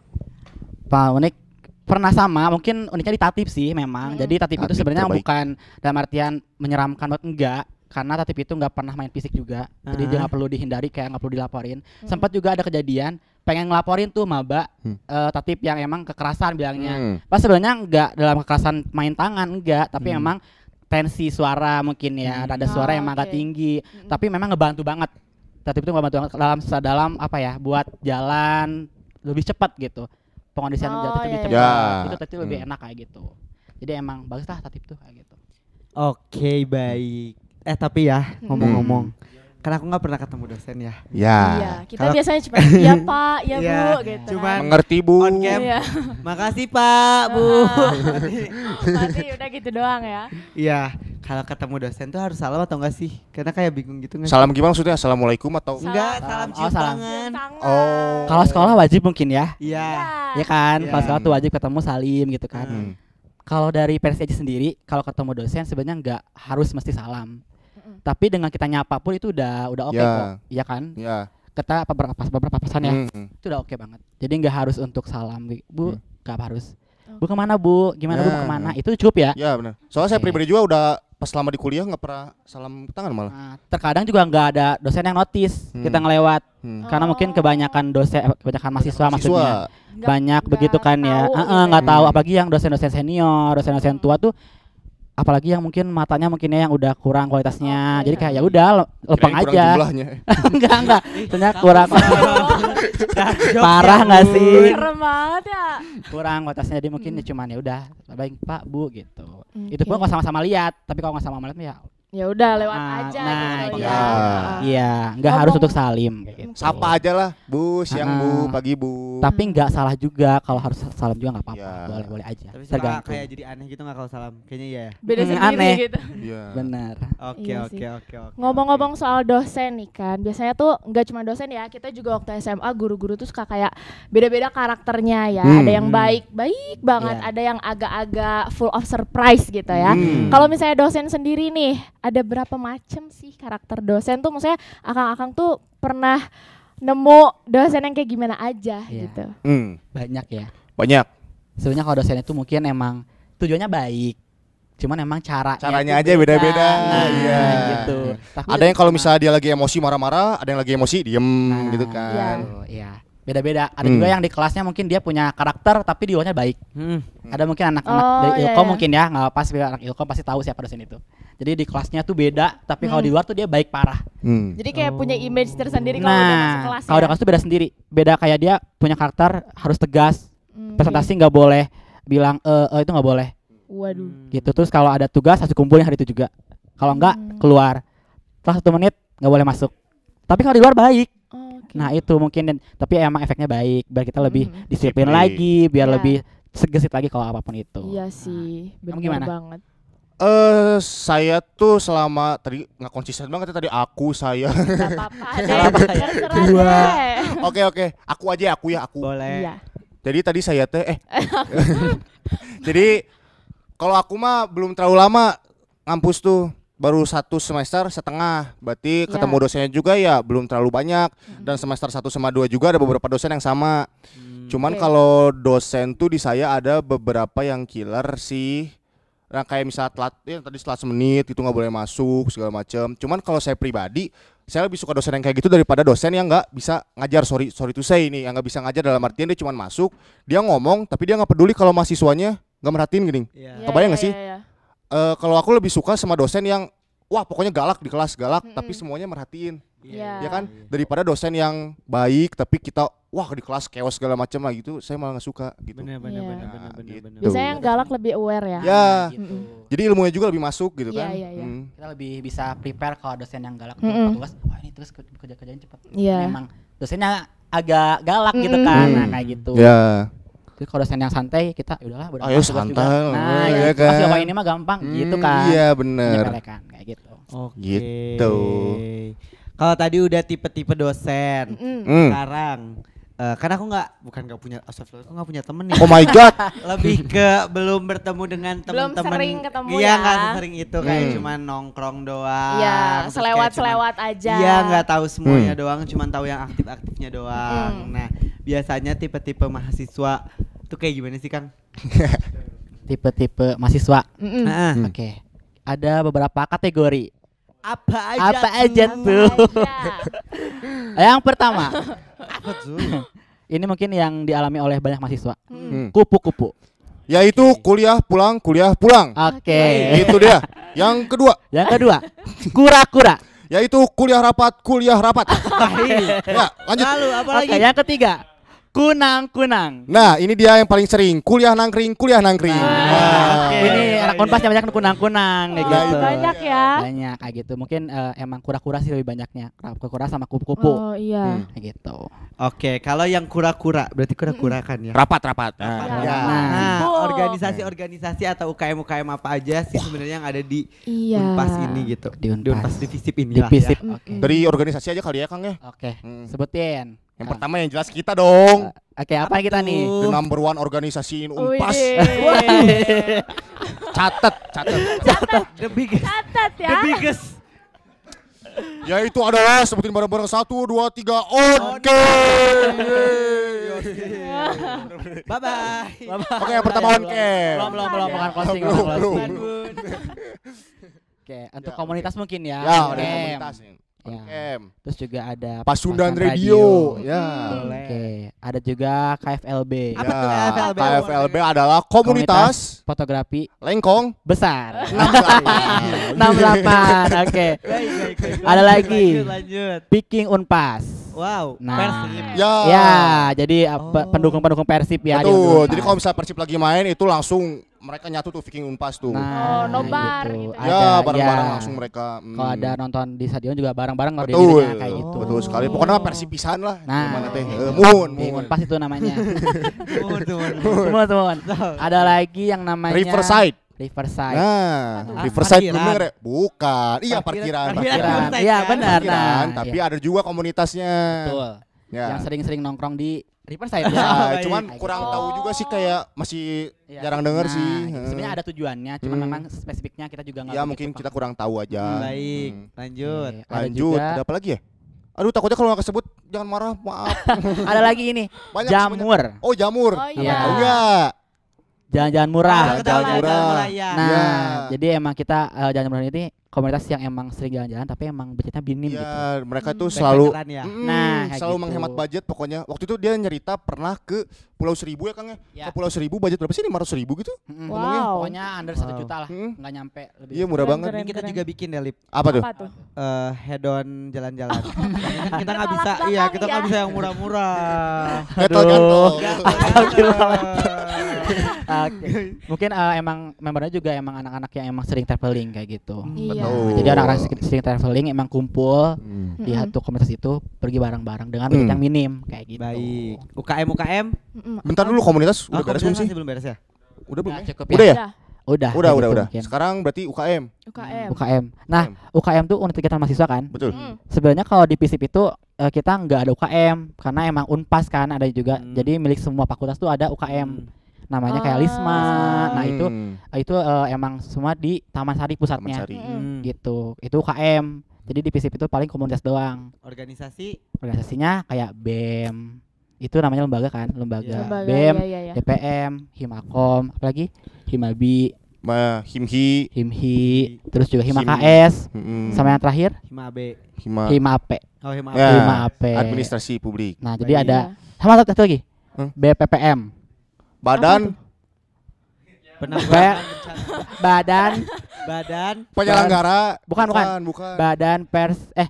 [SPEAKER 4] Pak unik pernah sama, mungkin uniknya di Tatip sih memang.
[SPEAKER 3] Mm.
[SPEAKER 4] Jadi Tatip itu
[SPEAKER 1] Tatip
[SPEAKER 4] sebenarnya
[SPEAKER 1] terbaik.
[SPEAKER 4] bukan dalam artian menyeramkan banget enggak. Karena Tatip itu nggak pernah main fisik juga. Jadi
[SPEAKER 2] Ah.
[SPEAKER 4] dia nggak perlu dihindari, kayak nggak perlu dilaporin. Sempat juga ada kejadian pengen ngelaporin tuh maba
[SPEAKER 1] Hmm.
[SPEAKER 4] eh, Tatip yang emang kekerasan bilangnya.
[SPEAKER 1] Hmm.
[SPEAKER 4] Pas sebenarnya enggak dalam kekerasan main tangan enggak, tapi
[SPEAKER 2] Hmm.
[SPEAKER 4] emang tensi suara mungkin ya,
[SPEAKER 2] Hmm.
[SPEAKER 4] ada suara
[SPEAKER 3] Oh,
[SPEAKER 4] yang agak
[SPEAKER 3] oke.
[SPEAKER 4] tinggi,
[SPEAKER 3] Mm-mm.
[SPEAKER 4] tapi memang ngebantu banget. Tatip itu ngebantu banget dalam dalam apa ya, buat jalan lebih cepat gitu. Pengondisian
[SPEAKER 3] Oh,
[SPEAKER 4] Tatip lebih
[SPEAKER 3] iya,
[SPEAKER 4] cepat.
[SPEAKER 1] iya.
[SPEAKER 4] Itu Tatip lebih
[SPEAKER 1] Hmm.
[SPEAKER 4] enak kayak gitu. Jadi emang bagus lah Tatip tuh kayak gitu.
[SPEAKER 2] Oke, baik. Eh tapi ya, ngomong-ngomong. Karena aku nggak pernah ketemu dosen ya.
[SPEAKER 1] Ya.
[SPEAKER 3] Iya, kita
[SPEAKER 2] Kalau-
[SPEAKER 3] biasanya cuma iya Pak, iya
[SPEAKER 2] Iya,
[SPEAKER 3] Bu gitu.
[SPEAKER 2] cuman-
[SPEAKER 3] kan.
[SPEAKER 1] Mengerti Bu.
[SPEAKER 2] On cam.
[SPEAKER 3] Iya.
[SPEAKER 2] Makasih Pak, Bu.
[SPEAKER 3] Mati udah gitu doang ya.
[SPEAKER 2] Iya, Kalau ketemu dosen tuh harus salam atau enggak sih? Karena kayak bingung gitu nggak sih?
[SPEAKER 1] Salam gimana maksudnya? Assalamualaikum atau?
[SPEAKER 2] Enggak,
[SPEAKER 4] Salam.
[SPEAKER 2] salam
[SPEAKER 4] Oh,
[SPEAKER 2] cium
[SPEAKER 4] salam.
[SPEAKER 2] tangan.
[SPEAKER 1] Oh.
[SPEAKER 4] Kalau sekolah wajib mungkin ya.
[SPEAKER 2] Iya.
[SPEAKER 4] Ya kan,
[SPEAKER 2] Iya.
[SPEAKER 4] kalau sekolah tuh wajib ketemu salim gitu kan.
[SPEAKER 1] Hmm.
[SPEAKER 4] Kalau dari P R S I aja sendiri, kalau ketemu dosen sebenarnya nggak harus mesti salam. Tapi dengan kita nyapa pun itu udah udah oke
[SPEAKER 1] Ya.
[SPEAKER 4] kok, iya kan?
[SPEAKER 1] Ya.
[SPEAKER 4] Kita apa beberapa beberapa pesan ya,
[SPEAKER 1] Hmm.
[SPEAKER 4] itu udah oke banget. Jadi nggak harus untuk salam, Bu,
[SPEAKER 1] Hmm.
[SPEAKER 4] nggak harus. Bu kemana Bu? Gimana Bu?
[SPEAKER 1] Ya.
[SPEAKER 4] Mau kemana? Itu cukup ya.
[SPEAKER 1] Ya benar. Soalnya saya
[SPEAKER 4] Oke.
[SPEAKER 1] pribadi juga udah pas selama di kuliah nggak pernah salam tangan malah.
[SPEAKER 4] Nah, terkadang juga nggak ada dosen yang notice
[SPEAKER 1] Hmm.
[SPEAKER 4] kita ngelewat,
[SPEAKER 1] Hmm.
[SPEAKER 4] karena mungkin kebanyakan dosen, eh, kebanyakan mahasiswa maksudnya.
[SPEAKER 1] Siswa.
[SPEAKER 4] Banyak begitu kan ya,
[SPEAKER 3] tahu
[SPEAKER 4] Heeh,
[SPEAKER 3] gitu
[SPEAKER 4] nggak
[SPEAKER 3] ya.
[SPEAKER 4] tahu
[SPEAKER 1] Hmm.
[SPEAKER 4] apalagi yang dosen-dosen senior, dosen-dosen tua tuh, apalagi yang mungkin matanya mungkinnya yang udah kurang kualitasnya,
[SPEAKER 3] Oke.
[SPEAKER 4] jadi kayak ya udah le- lempeng
[SPEAKER 1] Kirain kurang
[SPEAKER 4] aja.
[SPEAKER 1] jumlahnya.
[SPEAKER 4] enggak enggak, ternyata kurang
[SPEAKER 2] Jokes
[SPEAKER 4] parah
[SPEAKER 2] ya,
[SPEAKER 4] nggak
[SPEAKER 2] Bu.
[SPEAKER 4] sih?
[SPEAKER 3] Serem banget ya.
[SPEAKER 4] Kurang kualitasnya, jadi mungkin ya cuman ya udah baik Pak Bu gitu. Itu
[SPEAKER 3] Oke.
[SPEAKER 4] pun kalau sama-sama lihat, tapi kalau nggak sama-sama lihat ya
[SPEAKER 3] Ya udah lewat
[SPEAKER 4] Nah,
[SPEAKER 3] aja
[SPEAKER 4] nah,
[SPEAKER 3] gitu
[SPEAKER 1] iya.
[SPEAKER 3] ya.
[SPEAKER 4] iya nggak
[SPEAKER 3] Ngomong-
[SPEAKER 4] harus untuk salim kayak gitu.
[SPEAKER 1] Sapa aja lah, Bu, siang Bu,
[SPEAKER 4] Ah.
[SPEAKER 1] pagi Bu.
[SPEAKER 4] Tapi nggak salah juga kalau harus salam juga nggak apa-apa,
[SPEAKER 1] Ya.
[SPEAKER 4] boleh boleh aja.
[SPEAKER 2] Tapi suka
[SPEAKER 4] Tergantung.
[SPEAKER 2] kayak jadi aneh gitu nggak kalau salam? Kayaknya iya.
[SPEAKER 3] Beda
[SPEAKER 4] Hmm,
[SPEAKER 3] sendiri
[SPEAKER 4] aneh.
[SPEAKER 3] gitu.
[SPEAKER 1] Iya.
[SPEAKER 4] Bener.
[SPEAKER 2] Oke
[SPEAKER 3] Iya
[SPEAKER 2] oke
[SPEAKER 3] sih.
[SPEAKER 2] oke oke.
[SPEAKER 3] Ngomong-ngomong soal dosen nih kan, biasanya tuh nggak cuma dosen ya, kita juga waktu S M A guru-guru tuh suka kayak beda-beda karakternya ya.
[SPEAKER 1] Hmm.
[SPEAKER 3] Ada yang baik, baik banget,
[SPEAKER 4] Iya.
[SPEAKER 3] ada yang agak-agak full of surprise gitu ya.
[SPEAKER 1] Hmm.
[SPEAKER 3] Kalau misalnya dosen sendiri nih, ada berapa macam sih karakter dosen tuh? Maksudnya akang-akang tuh pernah nemu dosen yang kayak gimana aja
[SPEAKER 4] Iya.
[SPEAKER 3] gitu.
[SPEAKER 1] Hmm.
[SPEAKER 4] Banyak ya.
[SPEAKER 1] Banyak.
[SPEAKER 4] Sebenarnya kalau dosen itu mungkin emang tujuannya baik, cuman emang cara
[SPEAKER 1] Caranya aja beda-beda.
[SPEAKER 4] Nah,
[SPEAKER 1] Iya.
[SPEAKER 4] gitu. Tapi
[SPEAKER 1] Ada yang kalau misalnya dia lagi emosi marah-marah, ada yang lagi emosi diem
[SPEAKER 4] Nah,
[SPEAKER 1] gitu kan.
[SPEAKER 3] Iya.
[SPEAKER 4] gitu, iya. Beda-beda. Ada
[SPEAKER 1] Hmm.
[SPEAKER 4] juga yang di kelasnya mungkin dia punya karakter tapi di luarnya baik.
[SPEAKER 2] Hmm.
[SPEAKER 4] Ada mungkin anak-anak
[SPEAKER 3] Oh,
[SPEAKER 4] dari
[SPEAKER 3] iya,
[SPEAKER 4] Ilkom
[SPEAKER 3] iya.
[SPEAKER 4] mungkin ya, nggak pas anak Ilkom pasti tahu siapa dosen itu. Jadi di kelasnya tuh beda, tapi kalau
[SPEAKER 3] Hmm.
[SPEAKER 4] di luar tuh dia baik parah.
[SPEAKER 1] Hmm.
[SPEAKER 3] Jadi kayak punya image tersendiri kalau udah masuk
[SPEAKER 4] Nah,
[SPEAKER 3] kelas
[SPEAKER 4] kalau
[SPEAKER 3] ya.
[SPEAKER 4] udah kelas tuh beda sendiri. Beda kayak dia punya karakter harus tegas.
[SPEAKER 3] Hmm,
[SPEAKER 4] Presentasi nggak boleh bilang eh eh, itu nggak boleh.
[SPEAKER 3] Waduh.
[SPEAKER 4] Gitu. Terus kalau ada tugas harus dikumpulin hari itu juga. Kalau enggak
[SPEAKER 3] Hmm.
[SPEAKER 4] keluar. Setelah satu menit nggak boleh masuk. Tapi kalau di luar baik.
[SPEAKER 3] Oh, oke.
[SPEAKER 4] Nah itu mungkin dan tapi emang efeknya baik. Biar kita lebih
[SPEAKER 3] Hmm.
[SPEAKER 4] disiplin
[SPEAKER 1] Disiplin.
[SPEAKER 4] lagi. Biar
[SPEAKER 3] Iya.
[SPEAKER 4] lebih segesit lagi kalau apapun itu.
[SPEAKER 3] Iya sih,
[SPEAKER 4] Kamu
[SPEAKER 3] benar
[SPEAKER 4] gimana?
[SPEAKER 3] banget.
[SPEAKER 1] Eh saya tuh selama tadi nggak konsisten banget ya tadi aku saya.
[SPEAKER 3] Gak apa-apa deh,
[SPEAKER 4] Gak apa-apa ya.
[SPEAKER 3] terserah
[SPEAKER 2] Dua.
[SPEAKER 3] deh.
[SPEAKER 1] Oke oke, aku aja aku ya aku.
[SPEAKER 2] Boleh.
[SPEAKER 3] Iya.
[SPEAKER 1] Jadi tadi saya teh eh. Jadi kalau aku mah belum terlalu lama ngampus tuh, baru satu semester setengah. Berarti
[SPEAKER 3] Ya.
[SPEAKER 1] ketemu dosennya juga ya belum terlalu banyak. Dan semester satu sama dua juga ada beberapa dosen yang sama. Cuman
[SPEAKER 3] Oke.
[SPEAKER 1] kalau dosen tuh di saya ada beberapa yang killer sih. Nah kayak misalnya telat, ya tadi setelah semenit itu nggak boleh masuk segala macam. Cuman kalau saya pribadi, saya lebih suka dosen yang kayak gitu daripada dosen yang nggak bisa ngajar. Sorry, sorry to say ini, yang nggak bisa ngajar dalam artian dia cuma masuk, dia ngomong, tapi dia nggak peduli kalau mahasiswanya nggak merhatiin gini.
[SPEAKER 2] Iya.
[SPEAKER 3] Iya,
[SPEAKER 1] Kebayang
[SPEAKER 3] iya,
[SPEAKER 1] nggak sih?
[SPEAKER 3] iya, iya.
[SPEAKER 1] Eh, kalau aku lebih suka sama dosen yang, wah pokoknya galak di kelas galak,
[SPEAKER 3] Mm-mm.
[SPEAKER 1] tapi semuanya merhatiin,
[SPEAKER 3] Iya.
[SPEAKER 1] ya kan? Daripada dosen yang baik, tapi kita, wah di kelas chaos segala macam lah gitu, saya malah nggak suka gitu.
[SPEAKER 2] Benar benar
[SPEAKER 3] Iya.
[SPEAKER 2] benar benar
[SPEAKER 1] Nah,
[SPEAKER 2] benar
[SPEAKER 1] gitu.
[SPEAKER 2] benar.
[SPEAKER 3] Biasanya yang galak lebih aware ya.
[SPEAKER 1] Ya.
[SPEAKER 4] Gitu.
[SPEAKER 1] Jadi ilmunya juga lebih masuk gitu
[SPEAKER 3] Iya,
[SPEAKER 1] kan?
[SPEAKER 3] iya, iya.
[SPEAKER 1] Hmm.
[SPEAKER 4] Kita lebih bisa prepare kalau dosen yang galak tuh
[SPEAKER 3] Mm-mm.
[SPEAKER 4] tugas. Wah ini tugas ke- kerja-kerjain cepet.
[SPEAKER 3] Iya.
[SPEAKER 4] Memang dosennya agak galak gitu
[SPEAKER 3] Mm-mm.
[SPEAKER 4] kan,
[SPEAKER 1] Hmm.
[SPEAKER 4] nah kayak gitu.
[SPEAKER 1] Ya.
[SPEAKER 4] Terus kalau dosen yang santai kita ya udahlah udah
[SPEAKER 1] Ayo
[SPEAKER 4] tugas
[SPEAKER 1] santai,
[SPEAKER 4] juga. Nah,
[SPEAKER 1] iya
[SPEAKER 4] gitu.
[SPEAKER 1] kan?
[SPEAKER 4] Pasti kalau ini mah gampang gitu
[SPEAKER 1] Hmm,
[SPEAKER 4] kan.
[SPEAKER 1] Iya bener.
[SPEAKER 4] Menyepelekan kayak gitu.
[SPEAKER 2] Oke.
[SPEAKER 1] Gitu.
[SPEAKER 2] Kalau tadi udah tipe-tipe dosen,
[SPEAKER 3] Mm-mm.
[SPEAKER 1] Hmm.
[SPEAKER 2] sekarang eh karena aku nggak bukan nggak punya astagfirullah, aku nggak punya temen nih.
[SPEAKER 1] Oh my god.
[SPEAKER 2] Lebih ke belum bertemu dengan
[SPEAKER 3] Belum
[SPEAKER 2] teman-teman.
[SPEAKER 3] sering ketemu
[SPEAKER 2] Iya
[SPEAKER 3] ya.
[SPEAKER 2] nggak sering itu kayak
[SPEAKER 1] Hmm.
[SPEAKER 2] cuman nongkrong doang.
[SPEAKER 3] Iya,
[SPEAKER 2] terus kayak
[SPEAKER 3] selewat-selewat aja.
[SPEAKER 2] cuman- Iya nggak tahu semuanya
[SPEAKER 1] Hmm.
[SPEAKER 2] doang, cuman tahu yang aktif-aktifnya doang.
[SPEAKER 3] Mm-mm.
[SPEAKER 2] Nah biasanya tipe-tipe mahasiswa tuh kayak gimana sih Kang?
[SPEAKER 4] Tipe-tipe mahasiswa.
[SPEAKER 3] Mm-mm.
[SPEAKER 2] Nah,
[SPEAKER 1] Hmm.
[SPEAKER 4] Oke. Ada beberapa kategori.
[SPEAKER 2] apa aja?
[SPEAKER 4] Apa aja tuh?
[SPEAKER 3] Aja.
[SPEAKER 4] Yang pertama,
[SPEAKER 2] Apa tuh?
[SPEAKER 4] ini mungkin yang dialami oleh banyak mahasiswa.
[SPEAKER 3] Mm.
[SPEAKER 1] Hmm.
[SPEAKER 4] Kupu-kupu.
[SPEAKER 1] Yaitu kuliah pulang, kuliah pulang.
[SPEAKER 4] Oke.
[SPEAKER 1] Itu dia. Yang kedua,
[SPEAKER 4] Yang kedua, kura-kura.
[SPEAKER 1] yaitu kuliah rapat, kuliah rapat. Ya, lanjut.
[SPEAKER 2] Lalu apa
[SPEAKER 4] Oke,
[SPEAKER 2] lagi?
[SPEAKER 4] yang ketiga, kunang-kunang.
[SPEAKER 1] Nah, ini dia yang paling sering. Kuliah nangkring, kuliah nangkring.
[SPEAKER 4] Nah,
[SPEAKER 1] Nah,
[SPEAKER 4] oke. Ini anak Unpasnya banyak kunang-kunang kayak
[SPEAKER 3] Oh,
[SPEAKER 4] gitu.
[SPEAKER 3] banyak ya.
[SPEAKER 4] Banyak kayak gitu. Mungkin eh, emang kura-kura sih lebih banyaknya. Kura-kura sama kupu-kupu.
[SPEAKER 3] Oh iya.
[SPEAKER 1] Hmm.
[SPEAKER 4] Kayak gitu.
[SPEAKER 2] Oke, kalau yang kura-kura berarti kura-kura kan ya.
[SPEAKER 1] Rapat rapat.
[SPEAKER 3] Ya.
[SPEAKER 1] Ya.
[SPEAKER 4] Nah.
[SPEAKER 2] Nah,
[SPEAKER 3] Sibuk.
[SPEAKER 2] organisasi-organisasi atau U K M U K M apa aja sih sebenarnya yang ada di
[SPEAKER 3] Iya.
[SPEAKER 2] Unpas ini gitu.
[SPEAKER 4] Di Unpas.
[SPEAKER 2] di Visip ini
[SPEAKER 4] Di
[SPEAKER 2] lah
[SPEAKER 4] Visip.
[SPEAKER 2] ya.
[SPEAKER 4] Oke.
[SPEAKER 1] Dari organisasi aja kali ya Kang ya.
[SPEAKER 4] Oke.
[SPEAKER 1] Hmm.
[SPEAKER 4] Sebutin.
[SPEAKER 1] Yang
[SPEAKER 4] Kang.
[SPEAKER 1] pertama yang jelas kita dong.
[SPEAKER 4] Oke, apa kita
[SPEAKER 2] tuh?
[SPEAKER 4] nih?
[SPEAKER 1] The number one organisasi in Unpas.
[SPEAKER 3] Wih.
[SPEAKER 1] Catet, catet.
[SPEAKER 2] The biggest.
[SPEAKER 3] Catat
[SPEAKER 2] The
[SPEAKER 3] ya.
[SPEAKER 2] biggest.
[SPEAKER 1] Yaitu adalah sebutin bareng-bareng satu, dua, tiga, oke.
[SPEAKER 2] Bye bye.
[SPEAKER 1] Oke, yang pertama on cam.
[SPEAKER 4] Belum, belum, belum, bukan closing,
[SPEAKER 1] Belum,
[SPEAKER 4] bukan
[SPEAKER 1] belum.
[SPEAKER 4] closing. Oke, untuk
[SPEAKER 1] Ya,
[SPEAKER 4] komunitas mungkin ya.
[SPEAKER 1] Ya,
[SPEAKER 4] Oke.
[SPEAKER 1] ada komunitas nih. On
[SPEAKER 4] Ya.
[SPEAKER 1] cam.
[SPEAKER 4] Terus juga ada
[SPEAKER 1] Pasundan
[SPEAKER 4] Pasundan
[SPEAKER 1] Radio. Ya.
[SPEAKER 2] Boleh.
[SPEAKER 4] Oke, ada juga K F L B.
[SPEAKER 2] Apa tuh
[SPEAKER 1] Ya,
[SPEAKER 2] K F L B?
[SPEAKER 1] K F L B adalah komunitas
[SPEAKER 4] Fotografi
[SPEAKER 1] lengkong
[SPEAKER 4] besar.
[SPEAKER 1] enam puluh
[SPEAKER 4] enam puluh delapan. Oke.
[SPEAKER 2] Baik, baik, baik.
[SPEAKER 4] Ada lagi.
[SPEAKER 2] Lanjut, lanjut.
[SPEAKER 4] Picking Unpas.
[SPEAKER 2] Wow,
[SPEAKER 4] Nah.
[SPEAKER 2] Persib.
[SPEAKER 1] Ya.
[SPEAKER 4] Ya, jadi apa,
[SPEAKER 2] Oh.
[SPEAKER 4] pendukung-pendukung Persib ya di
[SPEAKER 1] Betul.
[SPEAKER 4] Unpas.
[SPEAKER 1] Jadi kalau misalnya Persib lagi main itu langsung mereka nyatu tuh Viking Unpas tuh.
[SPEAKER 4] Nah,
[SPEAKER 3] Oh, nobar gitu.
[SPEAKER 1] ya,
[SPEAKER 4] Ada,
[SPEAKER 1] bareng-bareng
[SPEAKER 4] ya.
[SPEAKER 1] langsung mereka. hmm.
[SPEAKER 4] Kalau ada nonton di stadion juga bareng-bareng
[SPEAKER 1] Betul.
[SPEAKER 4] ngordinirnya kayak gitu.
[SPEAKER 1] Betul sekali. Pokoknya Persib pisan lah.
[SPEAKER 4] Nah,
[SPEAKER 1] Gimana teh?
[SPEAKER 4] gitu.
[SPEAKER 1] Eh, Muhun,
[SPEAKER 4] Di
[SPEAKER 1] muhun.
[SPEAKER 4] Unpas itu namanya.
[SPEAKER 2] Tuh, tuh, tuh.
[SPEAKER 4] Semua teman. Ada lagi yang namanya
[SPEAKER 1] Riverside.
[SPEAKER 4] Riverside.
[SPEAKER 1] Nah,
[SPEAKER 2] Ah,
[SPEAKER 1] Riverside
[SPEAKER 2] parkiran.
[SPEAKER 1] belum denger ya? Bukan. Iya,
[SPEAKER 2] Parkiran.
[SPEAKER 1] parkiran.
[SPEAKER 2] Parkiran.
[SPEAKER 1] Parkiran.
[SPEAKER 2] Riverside
[SPEAKER 4] Iya
[SPEAKER 2] kan?
[SPEAKER 4] benar.
[SPEAKER 1] Parkiran,
[SPEAKER 4] Nah,
[SPEAKER 1] tapi
[SPEAKER 4] iya.
[SPEAKER 1] ada juga komunitasnya.
[SPEAKER 4] Betul.
[SPEAKER 1] Ya.
[SPEAKER 4] Yang sering-sering nongkrong di Riverside.
[SPEAKER 1] Ya,
[SPEAKER 2] baik.
[SPEAKER 1] cuman
[SPEAKER 4] Kayak
[SPEAKER 1] kurang
[SPEAKER 3] gitu.
[SPEAKER 1] tahu juga sih kayak masih
[SPEAKER 4] Iya.
[SPEAKER 1] jarang denger
[SPEAKER 4] Nah,
[SPEAKER 1] sih.
[SPEAKER 4] gitu. Sebenarnya ada tujuannya, cuman
[SPEAKER 1] Hmm.
[SPEAKER 4] memang spesifiknya kita juga nggak
[SPEAKER 1] Ya
[SPEAKER 4] begitu
[SPEAKER 1] mungkin kita
[SPEAKER 4] paham.
[SPEAKER 1] kurang tahu aja.
[SPEAKER 2] Baik,
[SPEAKER 1] Hmm.
[SPEAKER 2] lanjut.
[SPEAKER 4] Oke, ada
[SPEAKER 1] Lanjut,
[SPEAKER 4] juga-
[SPEAKER 1] ada apa lagi ya? Aduh, takutnya kalau nggak kesebut jangan marah, maaf.
[SPEAKER 4] ada lagi ini,
[SPEAKER 1] Banyak sih, banyak.
[SPEAKER 4] jamur.
[SPEAKER 1] Oh, jamur.
[SPEAKER 3] Oh,
[SPEAKER 4] iya.
[SPEAKER 1] Tahu nggak?
[SPEAKER 4] Jalan-jalan murah.
[SPEAKER 1] Ah,
[SPEAKER 2] ketahuan
[SPEAKER 1] jalan murah.
[SPEAKER 2] jalan Malaya.
[SPEAKER 4] Nah,
[SPEAKER 1] Iya.
[SPEAKER 4] jadi emang kita uh, jalan murah ini komunitas yang emang sering jalan-jalan tapi emang budgetnya minim gitu.
[SPEAKER 1] Ya, mereka tuh
[SPEAKER 2] Hmm.
[SPEAKER 1] selalu
[SPEAKER 2] Backpackeran ya?
[SPEAKER 1] Mm,
[SPEAKER 4] Nah, kayak
[SPEAKER 1] selalu
[SPEAKER 4] gitu.
[SPEAKER 1] menghemat budget pokoknya. Waktu itu dia nyerita pernah ke Pulau Seribu ya Kang ya?
[SPEAKER 4] Ya.
[SPEAKER 1] Ke Pulau Seribu budget berapa sih? lima ratus ribu gitu?
[SPEAKER 4] Mm-mm.
[SPEAKER 3] Wow.
[SPEAKER 4] Pokoknya under satu
[SPEAKER 2] Wow.
[SPEAKER 4] juta lah,
[SPEAKER 1] Mm.
[SPEAKER 4] nggak nyampe lebih.
[SPEAKER 1] Iya, murah
[SPEAKER 3] Keren,
[SPEAKER 1] banget.
[SPEAKER 3] keren.
[SPEAKER 2] Ini kita juga bikin ya, Lip.
[SPEAKER 1] Apa tuh?
[SPEAKER 3] Apa tuh?
[SPEAKER 2] Eh, head on jalan-jalan. kan kita nggak bisa,
[SPEAKER 3] Bertolak
[SPEAKER 2] iya
[SPEAKER 3] belakang
[SPEAKER 2] kita
[SPEAKER 3] ya.
[SPEAKER 2] nggak bisa yang murah-murah.
[SPEAKER 1] Gatel-gatel.
[SPEAKER 4] Oke. Mungkin uh, emang membernya juga emang anak-anak yang emang sering traveling kayak gitu.
[SPEAKER 3] Iya.
[SPEAKER 1] Betul.
[SPEAKER 4] Jadi orang-orang sering sering traveling emang kumpul
[SPEAKER 1] Hmm.
[SPEAKER 4] di
[SPEAKER 3] Mm-mm.
[SPEAKER 4] satu komunitas itu pergi bareng-bareng dengan budget
[SPEAKER 1] Hmm.
[SPEAKER 4] yang minim kayak gitu.
[SPEAKER 2] Baik. U K M U K M.
[SPEAKER 3] Mm-mm.
[SPEAKER 1] Bentar dulu komunitas udah
[SPEAKER 2] Oh,
[SPEAKER 1] beres belum
[SPEAKER 2] komunitas
[SPEAKER 1] sih?
[SPEAKER 2] masih belum beres ya?
[SPEAKER 1] Udah belum
[SPEAKER 4] Udah
[SPEAKER 1] ya?
[SPEAKER 4] cukup
[SPEAKER 1] Udah ya?
[SPEAKER 3] Udah.
[SPEAKER 4] Udah.
[SPEAKER 1] Udah,
[SPEAKER 4] kayak
[SPEAKER 1] udah,
[SPEAKER 4] gitu
[SPEAKER 1] udah.
[SPEAKER 4] mungkin.
[SPEAKER 1] Sekarang berarti U K M.
[SPEAKER 3] U K M.
[SPEAKER 4] U K M. Nah, U K M tuh unit kegiatan mahasiswa kan?
[SPEAKER 1] Betul.
[SPEAKER 3] Mm.
[SPEAKER 4] Sebenarnya kalau di P S I P itu eh, kita nggak ada U K M karena emang Unpas kan ada juga.
[SPEAKER 2] Hmm.
[SPEAKER 4] Jadi milik semua fakultas tuh ada U K M.
[SPEAKER 2] Hmm.
[SPEAKER 4] Namanya kayak
[SPEAKER 3] Ah.
[SPEAKER 4] Lisma. Nah, itu
[SPEAKER 1] Hmm.
[SPEAKER 4] itu eh, emang semua di Taman Sari
[SPEAKER 1] Taman
[SPEAKER 4] pusatnya.
[SPEAKER 1] Sari.
[SPEAKER 3] Mm-mm.
[SPEAKER 4] Gitu. Itu U K M. Jadi di P S I P itu paling komunitas doang.
[SPEAKER 2] Organisasi.
[SPEAKER 4] Organisasinya kayak B E M. Itu namanya lembaga kan, lembaga.
[SPEAKER 2] Iya.
[SPEAKER 3] Lembaga,
[SPEAKER 4] B E M,
[SPEAKER 3] iya, iya, iya.
[SPEAKER 4] D P M, Himakom, apalagi Himabi,
[SPEAKER 1] Ma, Himhi,
[SPEAKER 4] Himhi, terus juga Hima
[SPEAKER 1] Him-
[SPEAKER 4] K S,
[SPEAKER 1] mm,
[SPEAKER 4] sama yang terakhir
[SPEAKER 2] Hima B.
[SPEAKER 1] Hima,
[SPEAKER 4] Hima A P.
[SPEAKER 2] Oh Hima
[SPEAKER 1] Ya.
[SPEAKER 2] B.
[SPEAKER 4] Hima A P.
[SPEAKER 1] administrasi publik.
[SPEAKER 4] Nah, jadi
[SPEAKER 2] Baik.
[SPEAKER 4] ada
[SPEAKER 3] Iya.
[SPEAKER 4] sama satu satu lagi.
[SPEAKER 1] Hmm?
[SPEAKER 4] B P P M.
[SPEAKER 1] Badan
[SPEAKER 2] Penanggulangan
[SPEAKER 4] Badan
[SPEAKER 2] Badan
[SPEAKER 1] penyelenggara.
[SPEAKER 4] Bukan, bukan.
[SPEAKER 1] bukan.
[SPEAKER 4] Badan Pers eh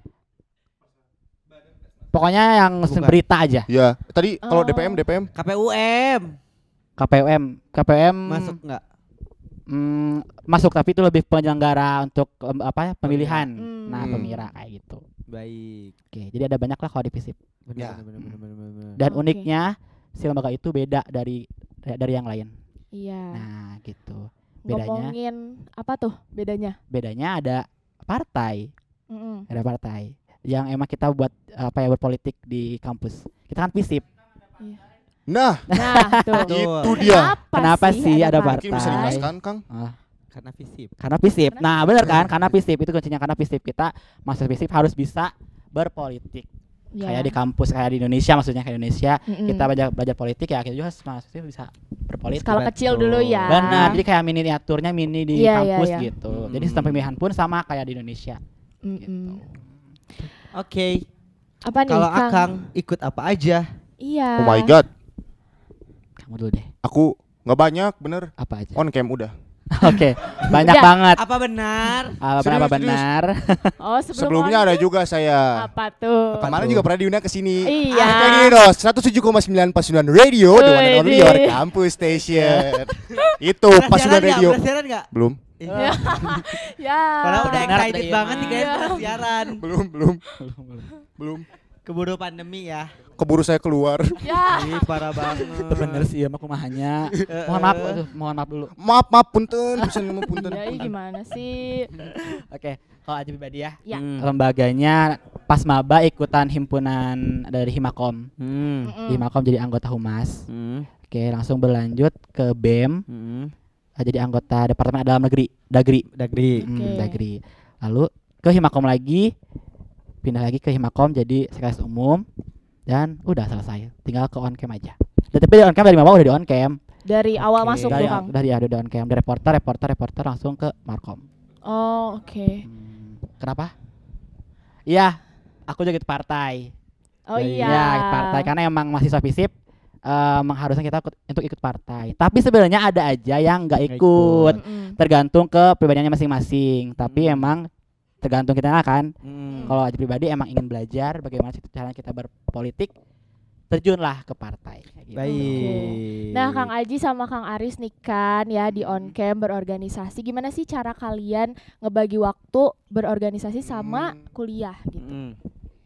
[SPEAKER 4] pokoknya yang
[SPEAKER 2] Bukan.
[SPEAKER 4] berita aja.
[SPEAKER 1] Ya, tadi kalau
[SPEAKER 3] Oh.
[SPEAKER 1] D P M, D P M
[SPEAKER 2] K P U M.
[SPEAKER 4] K P U M, K P U M
[SPEAKER 2] Masuk nggak?
[SPEAKER 4] mm, masuk tapi itu lebih penyelenggara untuk em, apa ya, pemilihan.
[SPEAKER 3] Hmm.
[SPEAKER 4] Nah,
[SPEAKER 1] Hmm.
[SPEAKER 4] pemira kayak gitu.
[SPEAKER 2] Baik.
[SPEAKER 4] Oke, jadi ada banyak lah kalau di P S I P.
[SPEAKER 2] Benar,
[SPEAKER 1] Ya.
[SPEAKER 2] benar, benar, benar, benar, benar.
[SPEAKER 4] Dan
[SPEAKER 3] Oke.
[SPEAKER 4] uniknya si lembaga itu beda dari dari yang lain.
[SPEAKER 3] Iya.
[SPEAKER 4] Nah, gitu. Bedanya
[SPEAKER 3] Ngomongin apa tuh bedanya?
[SPEAKER 4] bedanya ada partai,
[SPEAKER 3] Mm-mm.
[SPEAKER 4] ada partai yang emang kita buat apa ya berpolitik di kampus. Kita kan P S I P.
[SPEAKER 1] Nah,
[SPEAKER 3] Nah, tuh.
[SPEAKER 2] Betul.
[SPEAKER 1] itu dia.
[SPEAKER 4] Kenapa sih ada
[SPEAKER 1] Mungkin bisa
[SPEAKER 4] partai?
[SPEAKER 1] dijelaskan, Kang?
[SPEAKER 4] Ah,
[SPEAKER 2] Karena fisip.
[SPEAKER 4] karena P S I P. Nah, benar kan? Karena P S I P itu kuncinya, karena P S I P kita masuk P S I P harus bisa berpolitik.
[SPEAKER 3] Ya.
[SPEAKER 4] Kayak di kampus, kayak di Indonesia, maksudnya kayak Indonesia
[SPEAKER 3] Mm-mm.
[SPEAKER 4] kita belajar belajar politik ya, kita juga maksudnya bisa berpolitik.
[SPEAKER 3] skala kecil dulu ya.
[SPEAKER 4] Benar, jadi kayak miniaturnya mini di
[SPEAKER 3] Iya, iya,
[SPEAKER 4] kampus
[SPEAKER 3] iya.
[SPEAKER 4] gitu.
[SPEAKER 2] Hmm.
[SPEAKER 4] Jadi sistem pemilihan pun sama kayak di Indonesia.
[SPEAKER 3] Mm-mm.
[SPEAKER 4] Gitu.
[SPEAKER 2] Oke.
[SPEAKER 3] Apa nih?
[SPEAKER 2] Kalau
[SPEAKER 3] Kang?
[SPEAKER 2] Akang ikut apa aja?
[SPEAKER 3] Iya.
[SPEAKER 1] Oh my god,
[SPEAKER 4] Kamu dulu deh,
[SPEAKER 1] aku nggak banyak bener.
[SPEAKER 4] apa aja?
[SPEAKER 1] On cam udah.
[SPEAKER 4] Oke, banyak
[SPEAKER 3] Udah.
[SPEAKER 4] banget.
[SPEAKER 2] Apa benar?
[SPEAKER 4] Ah,
[SPEAKER 1] Serius,
[SPEAKER 4] apa
[SPEAKER 1] serius.
[SPEAKER 4] benar?
[SPEAKER 3] Oh, sebelum
[SPEAKER 1] Sebelumnya
[SPEAKER 3] on-
[SPEAKER 1] ada juga saya.
[SPEAKER 3] apa tuh?
[SPEAKER 1] Kemarin juga pernah diundang ke sini.
[SPEAKER 3] Iya.
[SPEAKER 1] Ah, kayak gini loh, seratus tujuh koma sembilan pas sembilan Radio, the one and only
[SPEAKER 3] Wih.
[SPEAKER 1] your campus station. Itu pas sembilan Radio.
[SPEAKER 2] Siaran enggak?
[SPEAKER 1] Belum,
[SPEAKER 2] Iya.
[SPEAKER 3] Ya.
[SPEAKER 2] Karena udah
[SPEAKER 4] Benar,
[SPEAKER 2] excited
[SPEAKER 4] iya.
[SPEAKER 2] banget nih kayaknya
[SPEAKER 3] Iya.
[SPEAKER 2] pas siaran.
[SPEAKER 1] belum, belum, belum.
[SPEAKER 2] Keburu pandemi ya.
[SPEAKER 1] Keburu saya keluar.
[SPEAKER 3] Ya.
[SPEAKER 2] Ih, parah banget.
[SPEAKER 4] Itu bener sih ya, aku mahanya. Mohon maaf, aduh, mohon maaf dulu.
[SPEAKER 1] Maaf, maaf, punten, bisa ngomong punten.
[SPEAKER 3] Ya, ini gimana sih?
[SPEAKER 4] Oke, kalau aja pribadi ya.
[SPEAKER 3] Ya.
[SPEAKER 2] Hmm.
[SPEAKER 4] Lembaganya pas maba ikutan himpunan dari Himakom.
[SPEAKER 2] Hmm.
[SPEAKER 3] Mm-mm.
[SPEAKER 4] Di Himakom jadi anggota humas.
[SPEAKER 2] Hmm.
[SPEAKER 4] Oke, langsung berlanjut ke B E M,
[SPEAKER 2] Hmm.
[SPEAKER 4] eh, jadi anggota Departemen Dalam Negeri, Dagri.
[SPEAKER 2] Dagri.
[SPEAKER 4] Hmm,
[SPEAKER 3] Oke.
[SPEAKER 4] Dagri. Lalu ke Himakom lagi, pindah lagi ke Himakom jadi sekretaris umum dan udah selesai. Tinggal ke on cam aja. Dan tapi di on cam dari maba udah di on cam.
[SPEAKER 3] Dari awal
[SPEAKER 2] Oke.
[SPEAKER 3] masuk
[SPEAKER 4] Dari
[SPEAKER 3] tuh, Kang.
[SPEAKER 4] dari ada di on cam, dari reporter, reporter, reporter langsung ke Markom.
[SPEAKER 3] Oh, oke.
[SPEAKER 4] Hmm, kenapa? Iya, aku juga ikut partai.
[SPEAKER 3] Oh
[SPEAKER 2] Dari-
[SPEAKER 3] iya.
[SPEAKER 4] Ya, ikut partai karena emang mahasiswa FISIP eh, mengharuskan kita ikut- untuk ikut partai. Tapi sebenarnya ada aja yang nggak
[SPEAKER 2] Nggak
[SPEAKER 4] ikut,
[SPEAKER 3] Mm-mm.
[SPEAKER 4] tergantung ke pribadinya masing-masing. Tapi
[SPEAKER 2] Hmm.
[SPEAKER 4] emang tergantung kita kan.
[SPEAKER 2] Hmm.
[SPEAKER 4] Kalau aja pribadi emang ingin belajar bagaimana sih cara kita berpolitik, terjunlah ke partai. Kayak gitu.
[SPEAKER 2] Baik.
[SPEAKER 3] Nah, Kang Aji sama Kang Aris nih kan ya di on cam berorganisasi. Gimana sih cara kalian ngebagi waktu berorganisasi sama
[SPEAKER 1] Hmm.
[SPEAKER 3] kuliah gitu?
[SPEAKER 2] Hmm.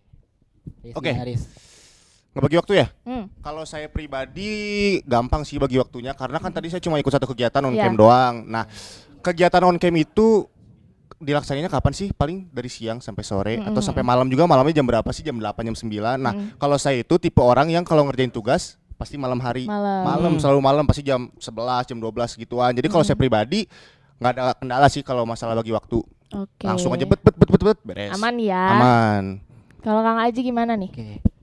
[SPEAKER 4] Yes,
[SPEAKER 1] Oke.
[SPEAKER 4] Aris.
[SPEAKER 1] Ngebagi waktu ya?
[SPEAKER 3] Hmm.
[SPEAKER 1] Kalau saya pribadi gampang sih bagi waktunya karena kan tadi saya cuma ikut satu kegiatan on
[SPEAKER 3] Iya.
[SPEAKER 1] cam doang. Nah, kegiatan on cam itu dilaksanainya kapan sih? Paling dari siang sampai sore
[SPEAKER 3] Mm-mm.
[SPEAKER 1] atau sampai malam juga. Malamnya jam berapa sih? Jam delapan, jam sembilan. Nah,
[SPEAKER 3] Mm.
[SPEAKER 1] kalau saya itu tipe orang yang kalau ngerjain tugas pasti malam hari.
[SPEAKER 3] Malam.
[SPEAKER 1] Malam,
[SPEAKER 2] Hmm.
[SPEAKER 1] selalu malam, pasti jam sebelas, jam dua belas gituan. Jadi kalau
[SPEAKER 3] Mm.
[SPEAKER 1] saya pribadi nggak ada kendala sih kalau masalah bagi waktu.
[SPEAKER 3] Oke.
[SPEAKER 1] Langsung aja bet bet bet bet, bet beres.
[SPEAKER 3] Aman ya.
[SPEAKER 1] Aman.
[SPEAKER 3] Kalau Kang Aji gimana nih?
[SPEAKER 4] Oke.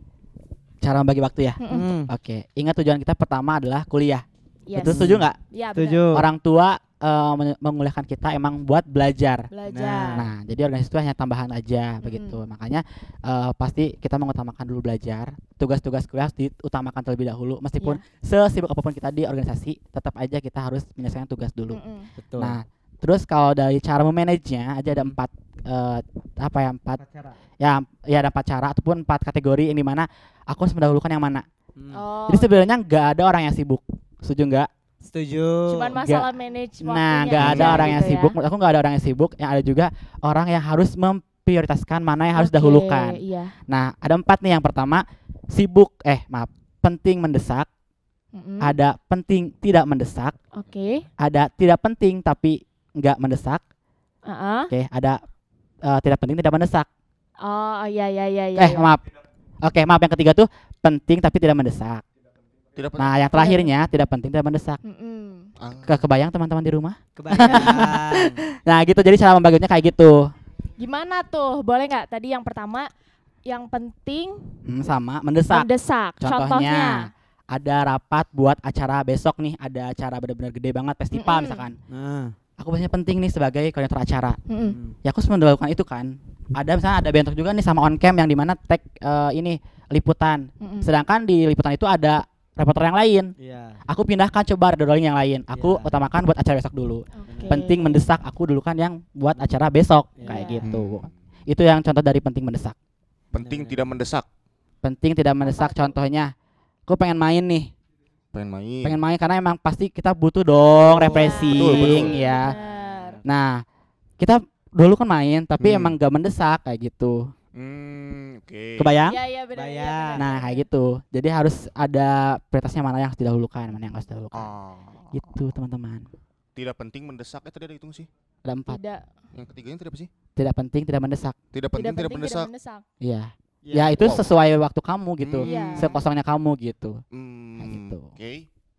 [SPEAKER 4] Cara membagi waktu ya.
[SPEAKER 3] Mm-mm.
[SPEAKER 2] Hmm.
[SPEAKER 4] Oke, ingat tujuan kita pertama adalah kuliah.
[SPEAKER 3] Yes.
[SPEAKER 4] Betul, setuju nggak?
[SPEAKER 3] Iya,
[SPEAKER 2] Setuju.
[SPEAKER 3] benar.
[SPEAKER 4] Orang tua eh, men- menguliahkan kita emang buat belajar.
[SPEAKER 3] Belajar.
[SPEAKER 4] Nah, jadi organisasi itu hanya tambahan aja begitu. Makanya eh, pasti kita mengutamakan dulu belajar. Tugas-tugas kuliah harus diutamakan terlebih dahulu. Meskipun sesibuk apapun kita di organisasi, tetap aja kita harus menyelesaikan tugas dulu.
[SPEAKER 3] Mm-mm.
[SPEAKER 2] Betul.
[SPEAKER 4] Nah, terus kalau dari cara memanagenya aja ada empat eh, apa ya empat ya ya ada empat cara ataupun empat kategori yang dimana aku harus mendahulukan yang mana.
[SPEAKER 2] Hmm.
[SPEAKER 3] Oh,
[SPEAKER 4] Jadi sebenarnya nggak ada orang yang sibuk, setuju nggak?
[SPEAKER 2] Setuju.
[SPEAKER 3] cuman masalah manage waktunya.
[SPEAKER 4] Nah, nggak
[SPEAKER 3] aja
[SPEAKER 4] ada orang yang
[SPEAKER 3] gitu ya.
[SPEAKER 4] sibuk. Menurut aku nggak ada orang yang sibuk. Yang ada juga orang yang harus memprioritaskan mana yang harus
[SPEAKER 3] Oke,
[SPEAKER 4] dahulukan.
[SPEAKER 3] Iya.
[SPEAKER 4] Nah, ada empat nih. Yang pertama sibuk, eh maaf, penting mendesak.
[SPEAKER 3] Mm-mm.
[SPEAKER 4] Ada penting tidak mendesak.
[SPEAKER 3] Oke.
[SPEAKER 4] Ada tidak penting tapi nggak mendesak.
[SPEAKER 3] Heeh.
[SPEAKER 4] Oke, ada eh, tidak penting tidak mendesak.
[SPEAKER 3] Oh, iya iya iya iya.
[SPEAKER 4] eh maaf. Oke, maaf yang ketiga tuh penting tapi tidak mendesak.
[SPEAKER 1] Tidak penting.
[SPEAKER 4] Nah, yang terakhirnya tidak penting tidak mendesak.
[SPEAKER 3] Mm-mm.
[SPEAKER 1] Ah.
[SPEAKER 4] Ke kebayang teman-teman di rumah?
[SPEAKER 2] Kebayang.
[SPEAKER 4] Nah, gitu. Jadi cara membaginya kayak gitu.
[SPEAKER 3] Gimana tuh? Boleh nggak tadi yang pertama yang penting
[SPEAKER 4] Hmm, sama mendesak.
[SPEAKER 3] mendesak.
[SPEAKER 4] Contohnya,
[SPEAKER 3] Contohnya.
[SPEAKER 4] ada rapat buat acara besok nih, ada acara benar-benar gede banget festival
[SPEAKER 3] Mm-mm.
[SPEAKER 4] misalkan.
[SPEAKER 2] Nah.
[SPEAKER 4] Aku biasanya penting nih sebagai koordinator acara.
[SPEAKER 3] Mm-mm.
[SPEAKER 2] Hmm.
[SPEAKER 4] Ya aku harus mendahulukan itu kan. Ada misalnya ada bentuk juga nih sama on cam yang dimana tag eh, ini liputan.
[SPEAKER 3] Mm-mm.
[SPEAKER 4] Sedangkan di liputan itu ada reporter yang lain.
[SPEAKER 2] Iya.
[SPEAKER 4] Aku pindahkan coba ada rolling yang lain. Aku
[SPEAKER 2] Iya.
[SPEAKER 4] utamakan buat acara besok dulu.
[SPEAKER 3] Oke.
[SPEAKER 4] Penting mendesak aku dulu kan yang buat acara besok
[SPEAKER 2] Iya.
[SPEAKER 4] kayak
[SPEAKER 3] Hmm.
[SPEAKER 4] gitu. Itu yang contoh dari penting mendesak.
[SPEAKER 1] Penting tidak mendesak.
[SPEAKER 4] Penting tidak mendesak contohnya. Aku pengen main nih.
[SPEAKER 1] Pengen main.
[SPEAKER 4] Pengen main karena emang pasti kita butuh dong refreshing
[SPEAKER 1] Betul, betul.
[SPEAKER 4] ya.
[SPEAKER 3] Benar.
[SPEAKER 4] Nah, kita dulu kan main tapi
[SPEAKER 1] Hmm.
[SPEAKER 4] emang gak mendesak kayak gitu.
[SPEAKER 1] Hmm, oke.
[SPEAKER 4] Kebayang?
[SPEAKER 3] Iya iya benar. iya,
[SPEAKER 2] Bayang.
[SPEAKER 3] benar,
[SPEAKER 4] Nah,
[SPEAKER 3] benar.
[SPEAKER 4] kayak gitu. Jadi harus ada prioritasnya mana yang harus didahulukan, mana yang harus didahulukan.
[SPEAKER 1] Ah.
[SPEAKER 4] Gitu, teman-teman.
[SPEAKER 1] Tidak penting mendesak. Eh tadi ada hitung sih.
[SPEAKER 4] Ada empat.
[SPEAKER 3] Tidak
[SPEAKER 1] Yang ketiganya tadi apa sih?
[SPEAKER 4] Tidak penting, tidak mendesak.
[SPEAKER 1] Tidak penting
[SPEAKER 3] tidak
[SPEAKER 1] tidak,
[SPEAKER 3] penting
[SPEAKER 1] mendesak.
[SPEAKER 3] tidak mendesak.
[SPEAKER 4] Iya. Ya, itu
[SPEAKER 1] Wow.
[SPEAKER 4] sesuai waktu kamu gitu.
[SPEAKER 1] Hmm.
[SPEAKER 3] Iya.
[SPEAKER 4] Sekosongnya kamu gitu.
[SPEAKER 1] Hmm,
[SPEAKER 4] Kayak gitu.
[SPEAKER 1] Oke.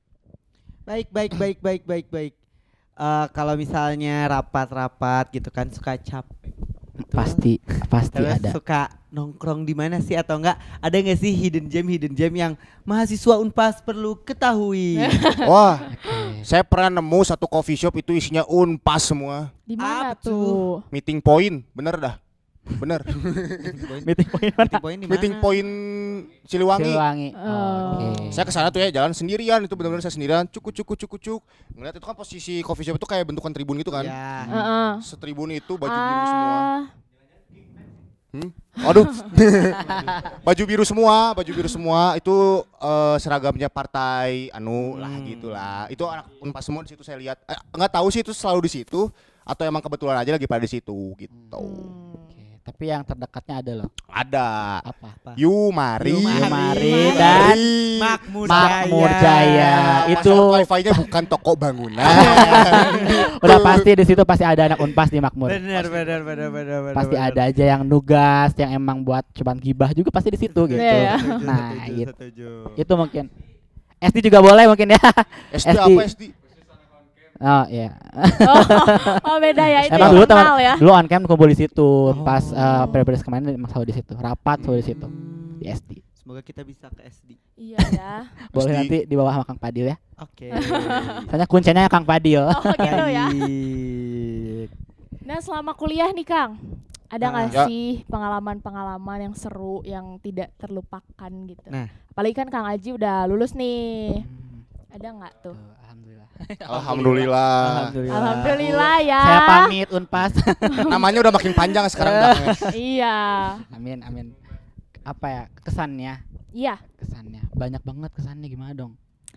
[SPEAKER 2] Baik, baik, baik, baik, baik, baik. Eh, kalau misalnya rapat-rapat gitu kan suka capek. Betul.
[SPEAKER 4] Pasti, pasti
[SPEAKER 2] Terus
[SPEAKER 4] ada.
[SPEAKER 2] suka nongkrong di mana sih atau enggak? Ada nggak sih hidden gem hidden gem yang mahasiswa Unpas perlu ketahui?
[SPEAKER 1] Wah,
[SPEAKER 4] Oke.
[SPEAKER 1] saya pernah nemu satu coffee shop itu isinya Unpas semua.
[SPEAKER 3] Di mana
[SPEAKER 2] Apa tuh?
[SPEAKER 3] tuh?
[SPEAKER 1] Meeting point, bener dah. Bener.
[SPEAKER 4] Meeting point mana?
[SPEAKER 2] Meeting point di mana?
[SPEAKER 1] Meeting point Siliwangi.
[SPEAKER 4] Siliwangi.
[SPEAKER 3] Oh.
[SPEAKER 4] Oke.
[SPEAKER 1] Saya ke sana tuh ya jalan sendirian, itu benar-benar saya sendirian, cuk cuk cuk cuk cuk. Ngeliat itu kan posisi coffee shop itu kayak bentukan tribun gitu kan.
[SPEAKER 2] Iya.
[SPEAKER 3] Heeh.
[SPEAKER 1] Setribun itu baju biru semua.
[SPEAKER 3] Ah,
[SPEAKER 1] Hmm? Aduh. Baju biru semua, baju biru semua itu eh, seragamnya partai anu lah gitulah. Itu anak Unpas semua di situ saya lihat. Eh, enggak tahu sih itu selalu di situ atau emang kebetulan aja lagi pada di situ gitu.
[SPEAKER 4] Oke, tapi yang terdekatnya ada loh.
[SPEAKER 1] Ada.
[SPEAKER 4] Apa?
[SPEAKER 1] Yu Mari,
[SPEAKER 2] Yu Mari.
[SPEAKER 4] Mari dan
[SPEAKER 2] Makmur
[SPEAKER 4] Makmur
[SPEAKER 2] Jaya.
[SPEAKER 4] Jaya. Itu
[SPEAKER 1] wifi-nya bukan toko bangunan.
[SPEAKER 4] udah pasti di situ pasti ada anak Unpas di Makmur.
[SPEAKER 2] Benar benar benar benar benar.
[SPEAKER 4] Pasti ada aja yang nugas, yang emang buat cobaan gibah juga pasti di situ gitu.
[SPEAKER 3] Iya, iya.
[SPEAKER 4] Nah, gitu. Itu mungkin S D juga boleh mungkin ya.
[SPEAKER 1] S D apa S D?
[SPEAKER 4] Oh iya.
[SPEAKER 3] oh, oh beda ya itu
[SPEAKER 4] Emang
[SPEAKER 3] yang
[SPEAKER 4] dulu
[SPEAKER 3] kenal
[SPEAKER 4] teman
[SPEAKER 3] ya.
[SPEAKER 4] dulu on cam kumpul di situ pas uh, periode kemarin emang selalu di situ. Rapat selalu di situ. Di S D.
[SPEAKER 2] Semoga kita bisa ke S D.
[SPEAKER 3] Iya ya.
[SPEAKER 4] Boleh
[SPEAKER 1] S D.
[SPEAKER 4] nanti di bawah sama Kang Padil ya.
[SPEAKER 2] Oke.
[SPEAKER 4] Soalnya kuncinya Kang Padil.
[SPEAKER 3] Oh gitu ya.
[SPEAKER 2] Baik.
[SPEAKER 3] Nah selama kuliah nih Kang, ada nggak
[SPEAKER 1] Ya.
[SPEAKER 3] sih pengalaman-pengalaman yang seru yang tidak terlupakan gitu?
[SPEAKER 2] Nah.
[SPEAKER 3] Apalagi kan Kang Aji udah lulus nih, ada nggak tuh?
[SPEAKER 4] Tuh, alhamdulillah.
[SPEAKER 1] Alhamdulillah.
[SPEAKER 3] Alhamdulillah ya.
[SPEAKER 4] Saya pamit Unpas.
[SPEAKER 1] Namanya udah makin panjang sekarang dah.
[SPEAKER 3] Iya,
[SPEAKER 4] Amin amin. Apa ya kesannya?
[SPEAKER 3] iya.
[SPEAKER 4] Kesannya banyak banget kesannya gimana dong?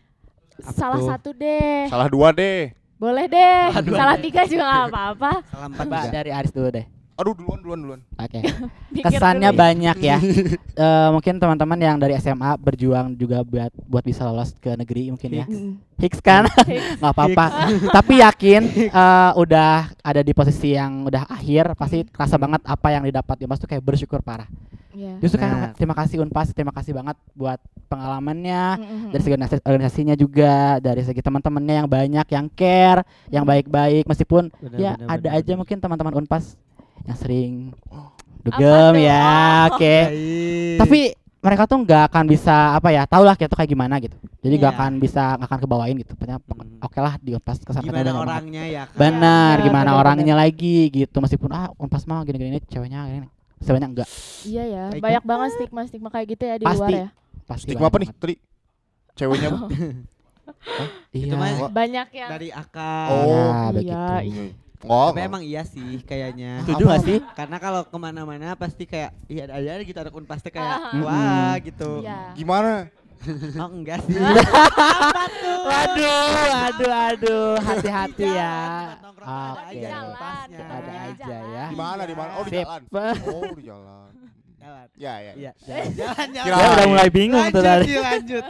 [SPEAKER 3] Salah
[SPEAKER 2] tuh?
[SPEAKER 3] satu deh,
[SPEAKER 1] Salah dua deh.
[SPEAKER 3] boleh deh. Salah tiga juga nggak apa-apa.
[SPEAKER 2] Salam empat
[SPEAKER 4] Coba
[SPEAKER 2] juga.
[SPEAKER 4] dari Aris dulu deh.
[SPEAKER 1] Aduh duluan duluan duluan.
[SPEAKER 4] Oke.
[SPEAKER 3] Mikir
[SPEAKER 4] Kesannya
[SPEAKER 3] dulu.
[SPEAKER 4] banyak ya. Eh, mungkin teman-teman yang dari S M A berjuang juga buat buat bisa lolos ke negeri mungkin ya.
[SPEAKER 3] Mm.
[SPEAKER 4] Hicks kan?
[SPEAKER 3] Hicks.
[SPEAKER 4] Nggak apa-apa. Tapi yakin eh, udah ada di posisi yang udah akhir pasti kerasa banget apa yang didapat di Unpas tuh kayak bersyukur parah.
[SPEAKER 3] Iya.
[SPEAKER 4] Justru
[SPEAKER 2] Benar.
[SPEAKER 4] kayak terima kasih Unpas, terima kasih banget buat pengalamannya.
[SPEAKER 3] Mm-mm.
[SPEAKER 4] Dari segi organisasi- organisasinya juga, dari segi teman-temannya yang banyak, yang care, yang baik-baik, meskipun
[SPEAKER 2] Benar,
[SPEAKER 4] ya
[SPEAKER 2] benar,
[SPEAKER 4] ada
[SPEAKER 2] benar,
[SPEAKER 4] aja
[SPEAKER 2] benar.
[SPEAKER 4] mungkin teman-teman Unpas yang sering
[SPEAKER 3] Apa
[SPEAKER 4] dugem
[SPEAKER 3] tuh?
[SPEAKER 4] ya, oke.
[SPEAKER 2] Baik.
[SPEAKER 4] Tapi mereka tuh nggak akan bisa apa ya, tau lah kita tuh kayak gimana gitu. Jadi nggak
[SPEAKER 2] Iya.
[SPEAKER 4] akan bisa nggak akan kebawain gitu. Pokoknya
[SPEAKER 2] Hmm.
[SPEAKER 4] oke lah di Unpas kesampaian
[SPEAKER 2] gimana
[SPEAKER 4] udah nyaman.
[SPEAKER 2] orangnya ya kan?
[SPEAKER 4] Benar,
[SPEAKER 3] Iya,
[SPEAKER 4] gimana
[SPEAKER 3] benar,
[SPEAKER 4] orangnya lagi gitu. Meskipun ah Unpas mah gini-gini ceweknya gini. Sebenarnya enggak.
[SPEAKER 3] Iya ya,
[SPEAKER 2] Baik.
[SPEAKER 3] banyak banget stigma-stigma kayak gitu ya di
[SPEAKER 4] Pasti.
[SPEAKER 3] luar ya.
[SPEAKER 4] Pasti
[SPEAKER 1] Stigma apa
[SPEAKER 4] banyak
[SPEAKER 1] nih tadi? Ceweknya apa?
[SPEAKER 4] banget.
[SPEAKER 2] Itu
[SPEAKER 4] Iya.
[SPEAKER 2] mah
[SPEAKER 3] Banyak yang
[SPEAKER 2] dari akal.
[SPEAKER 1] Oh,
[SPEAKER 4] Ya,
[SPEAKER 3] iya,
[SPEAKER 4] begitu.
[SPEAKER 3] iya.
[SPEAKER 1] Oh,
[SPEAKER 2] Tapi emang iya sih kayaknya.
[SPEAKER 4] Setuju nggak sih?
[SPEAKER 2] Karena kalau kemana-mana pasti kayak iya ada aja gitu anak Unpas teh kayak
[SPEAKER 3] Ah.
[SPEAKER 2] wah gitu.
[SPEAKER 3] Iya.
[SPEAKER 1] gimana?
[SPEAKER 2] Oh enggak sih.
[SPEAKER 4] Waduh, waduh, aduh, hati-hati ya.
[SPEAKER 2] Nongkrong ada
[SPEAKER 4] Oke.
[SPEAKER 2] aja
[SPEAKER 3] Jalan,
[SPEAKER 2] Unpasnya.
[SPEAKER 4] Ada aja ya.
[SPEAKER 1] Di mana di mana? Oh, di
[SPEAKER 4] Sip.
[SPEAKER 1] jalan. Oh, di jalan.
[SPEAKER 2] Jalan.
[SPEAKER 1] Ya, ya.
[SPEAKER 2] Iya, jalan jalan
[SPEAKER 1] Kira-
[SPEAKER 2] jalan.
[SPEAKER 4] Dia udah mulai bingung tuh
[SPEAKER 2] Lanjut,
[SPEAKER 4] tadi.
[SPEAKER 2] yuk, lanjut.